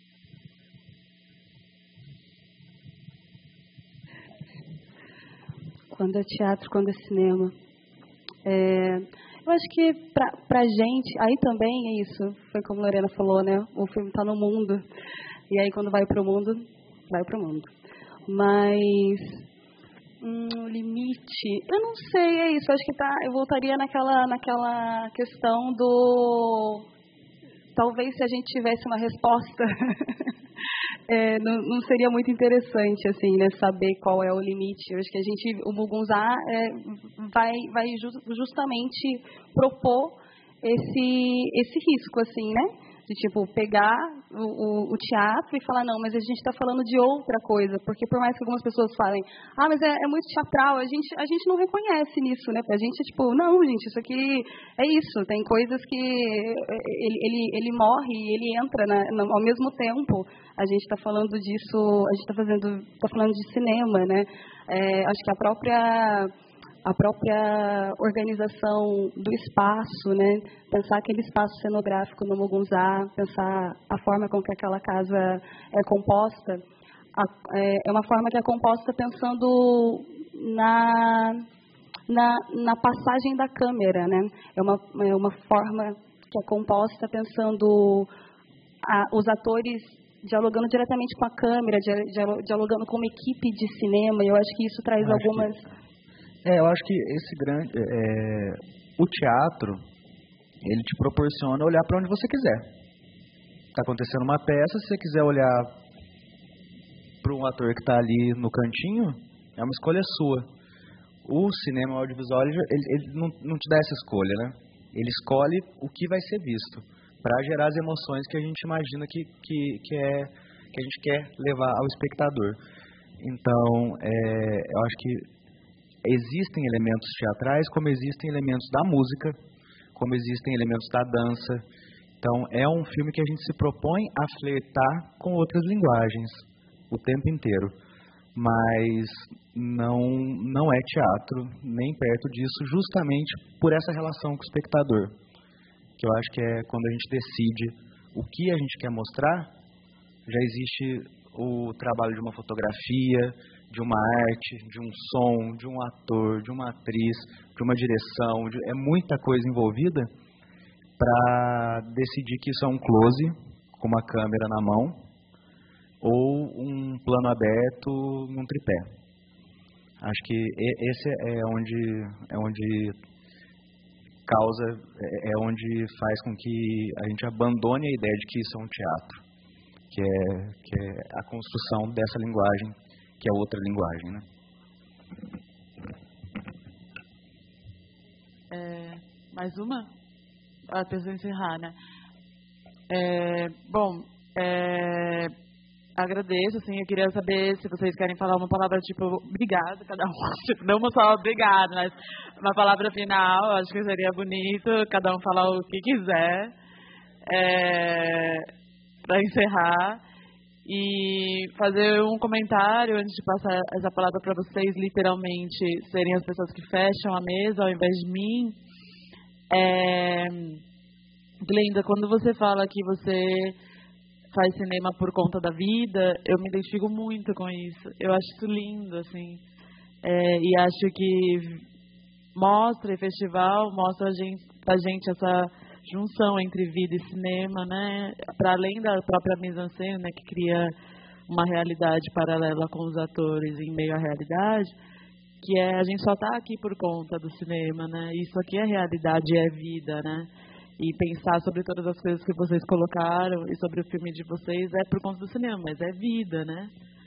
Speaker 4: Quando é teatro, quando é cinema. É... Eu acho que pra, pra gente, aí também é isso, foi como a Lorena falou, né? O filme está no mundo, e aí quando vai para o mundo, vai para o mundo. Mas hum, o limite, eu não sei, é isso. Acho que tá, eu voltaria naquela, naquela questão do talvez se a gente tivesse uma resposta, é, não, não seria muito interessante assim, né, saber qual é o limite. Eu acho que a gente, o Mugunzá é, vai, vai just, justamente propor esse, esse risco, assim, né? De, tipo, pegar o, o, o teatro e falar, não, mas a gente está falando de outra coisa, porque por mais que algumas pessoas falem, ah, mas é, é muito teatral, a gente, a gente não reconhece nisso, né? Pra gente é tipo, não, gente, isso aqui é isso, tem coisas que ele, ele, ele morre e ele entra na, na, ao mesmo tempo. A gente está falando disso, a gente está fazendo, tá falando de cinema, né? É, acho que a própria... a própria organização do espaço, né? Pensar aquele espaço cenográfico no Mugunzá, pensar a forma com que aquela casa é composta, é uma forma que é composta pensando na, na, na passagem da câmera, né? É uma, é uma forma que é composta pensando a, os atores dialogando diretamente com a câmera, dialogando com uma equipe de cinema. Eu acho que isso traz
Speaker 3: eu
Speaker 4: algumas...
Speaker 3: É, eu acho que esse grande, é, o teatro, ele te proporciona olhar para onde você quiser. Está acontecendo uma peça, se você quiser olhar para um ator que está ali no cantinho, é uma escolha sua. O cinema, o audiovisual, ele, ele não, não te dá essa escolha, né? Ele escolhe o que vai ser visto, para gerar as emoções que a gente imagina que, que, que, é, que a gente quer levar ao espectador. Então, é, eu acho que existem elementos teatrais, como existem elementos da música, como existem elementos da dança. Então, é um filme que a gente se propõe a flertar com outras linguagens o tempo inteiro. Mas não, não é teatro, nem perto disso, justamente por essa relação com o espectador. Que eu acho que é quando a gente decide o que a gente quer mostrar, já existe o trabalho de uma fotografia, de uma arte, de um som, de um ator, de uma atriz, de uma direção, de, é muita coisa envolvida para decidir que isso é um close com uma câmera na mão ou um plano aberto num tripé. Acho que esse é onde é onde causa, é onde faz com que a gente abandone a ideia de que isso é um teatro, que é, que é a construção dessa linguagem, que é outra linguagem, né?
Speaker 2: É, mais uma? Ah, preciso encerrar, né? É, bom, é, agradeço, assim, eu queria saber se vocês querem falar uma palavra, tipo, obrigado, cada um, tipo, não uma só obrigado, mas uma palavra final, acho que seria bonito, cada um falar o que quiser, é, para encerrar. E fazer um comentário antes de passar essa palavra para vocês, literalmente, serem as pessoas que fecham a mesa ao invés de mim. É... Glenda, quando você fala que você faz cinema por conta da vida, eu me identifico muito com isso. Eu acho isso lindo, assim. É, e acho que mostra, e festival, mostra a gente, a gente essa junção entre vida e cinema, né? Para além da própria mise-en-scène, né, que cria uma realidade paralela com os atores em meio à realidade, que é a gente só está aqui por conta do cinema, né? Isso aqui é realidade, é vida, né? E pensar sobre todas as coisas que vocês colocaram e sobre o filme de vocês é por conta do cinema, mas é vida, né?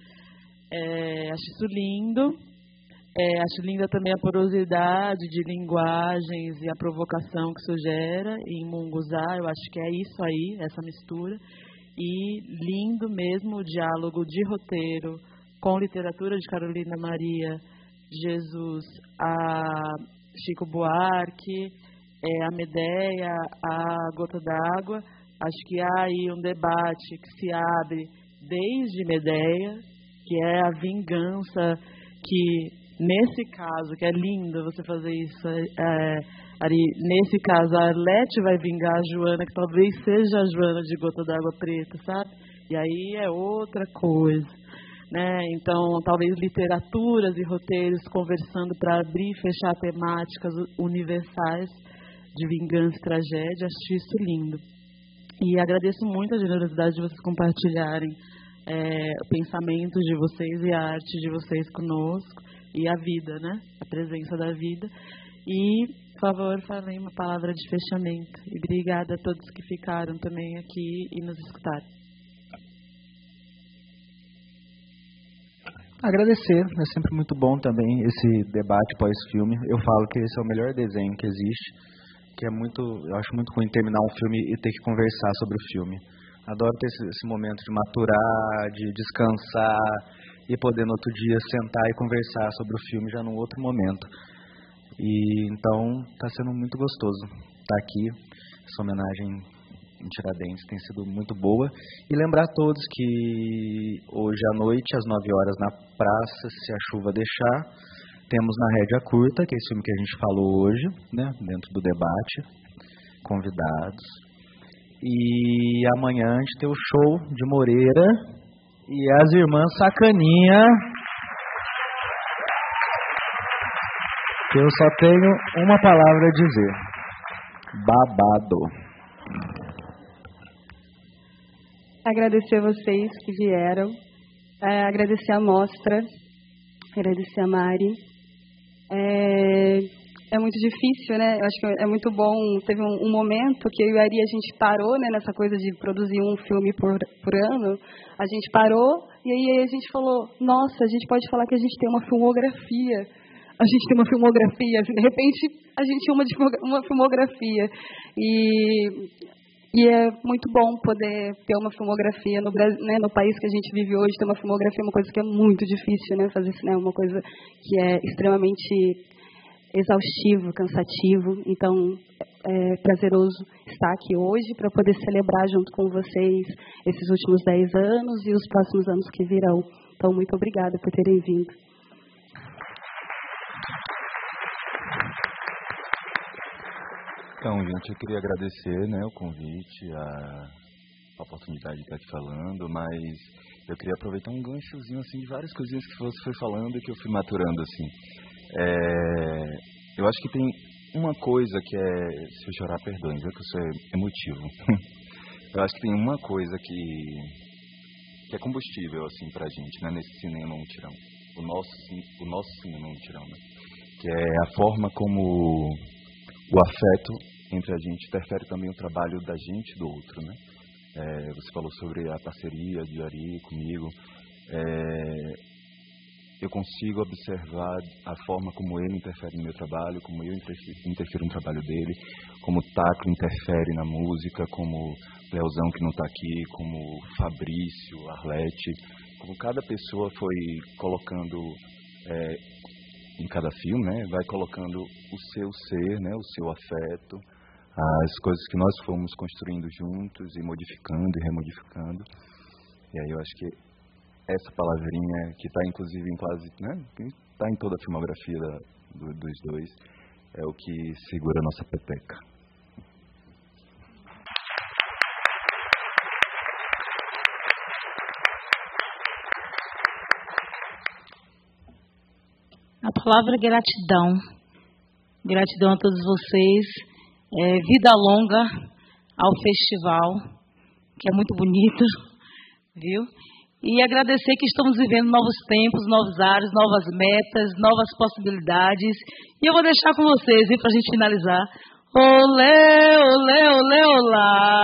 Speaker 2: É, acho isso lindo. É, acho linda também a porosidade de linguagens e a provocação que isso gera em Mugunzá. Eu acho que é isso aí, essa mistura. E lindo mesmo o diálogo de roteiro com literatura de Carolina Maria Jesus, a Chico Buarque, é, a Medea, a Gota d'Água. Acho que há aí um debate que se abre desde Medea, que é a vingança que... Nesse caso, que é lindo você fazer isso, é, Ari, nesse caso, a Arlete vai vingar a Joana, que talvez seja a Joana de Gota d'Água Preta, sabe? E aí é outra coisa, né? Então, talvez literaturas e roteiros conversando para abrir e fechar temáticas universais de vingança e tragédia, acho isso lindo. E agradeço muito a generosidade de vocês compartilharem é, o pensamento de vocês e a arte de vocês conosco, e a vida, né? A presença da vida. E, por favor, falem uma palavra de fechamento. E obrigada a todos que ficaram também aqui e nos escutaram.
Speaker 3: Agradecer, é sempre muito bom também esse debate pós-filme. Eu falo que esse é o melhor desenho que existe, que é muito, eu acho muito ruim terminar um filme e ter que conversar sobre o filme. Adoro ter esse, esse momento de maturar, de descansar e poder no outro dia sentar e conversar sobre o filme já num outro momento. E então está sendo muito gostoso estar aqui. Essa homenagem em Tiradentes tem sido muito boa. E lembrar a todos que hoje à noite, às nove horas, na praça, se a chuva deixar, temos Na Rédea Curta, que é esse filme que a gente falou hoje, né, dentro do debate, convidados. E amanhã a gente tem o show de Moreira e as Irmãs Sacaninha, que eu só tenho uma palavra a dizer: babado.
Speaker 4: Agradecer a vocês que vieram, é, agradecer a mostra, agradecer a Mari. É, é muito difícil, né? Eu acho que é muito bom. Teve um, um momento que eu e a Ari, a gente parou, né, nessa coisa de produzir um filme por, por ano. A gente parou e aí a gente falou: nossa, a gente pode falar que a gente tem uma filmografia. A gente tem uma filmografia. De repente, a gente tinha uma, uma filmografia. E... E é muito bom poder ter uma filmografia no Brasil, né, no país que a gente vive hoje. Ter uma filmografia é uma coisa que é muito difícil, né, fazer cinema, uma coisa que é extremamente exaustivo, cansativo. Então, é prazeroso estar aqui hoje para poder celebrar junto com vocês esses últimos dez anos e os próximos anos que virão. Então, muito obrigada por terem vindo.
Speaker 11: Então, gente, eu queria agradecer, né, o convite, a, a oportunidade de estar aqui falando, mas eu queria aproveitar um ganchozinho, assim, de várias coisinhas que você foi falando e que eu fui maturando, assim. É, eu acho que tem uma coisa que é, se eu chorar, perdoem, viu, que eu sou emotivo. Eu acho que tem uma coisa que, que é combustível, assim, pra gente, né, nesse cinema mutirão, o nosso, o nosso cinema mutirão, né, que é a forma como o afeto entre a gente interfere também o trabalho da gente e do outro, né? É, você falou sobre a parceria de Ari comigo. É, eu consigo observar a forma como ele interfere no meu trabalho, como eu interfiro no trabalho dele, como o Taco interfere na música, como o Leozão, que não está aqui, como o Fabrício, Arlete, como cada pessoa foi colocando... É, em cada filme, né, vai colocando o seu ser, né, o seu afeto, as coisas que nós fomos construindo juntos e modificando e remodificando. E aí eu acho que essa palavrinha, que está inclusive em quase, né, está em toda a filmografia da, do, dos dois, é o que segura a nossa pepeca.
Speaker 5: A palavra é gratidão. Gratidão a todos vocês. É, vida longa ao festival, que é muito bonito, viu? E agradecer que estamos vivendo novos tempos, novos ares, novas metas, novas possibilidades. E eu vou deixar com vocês, para a gente finalizar. Olê, olê, olê, olá!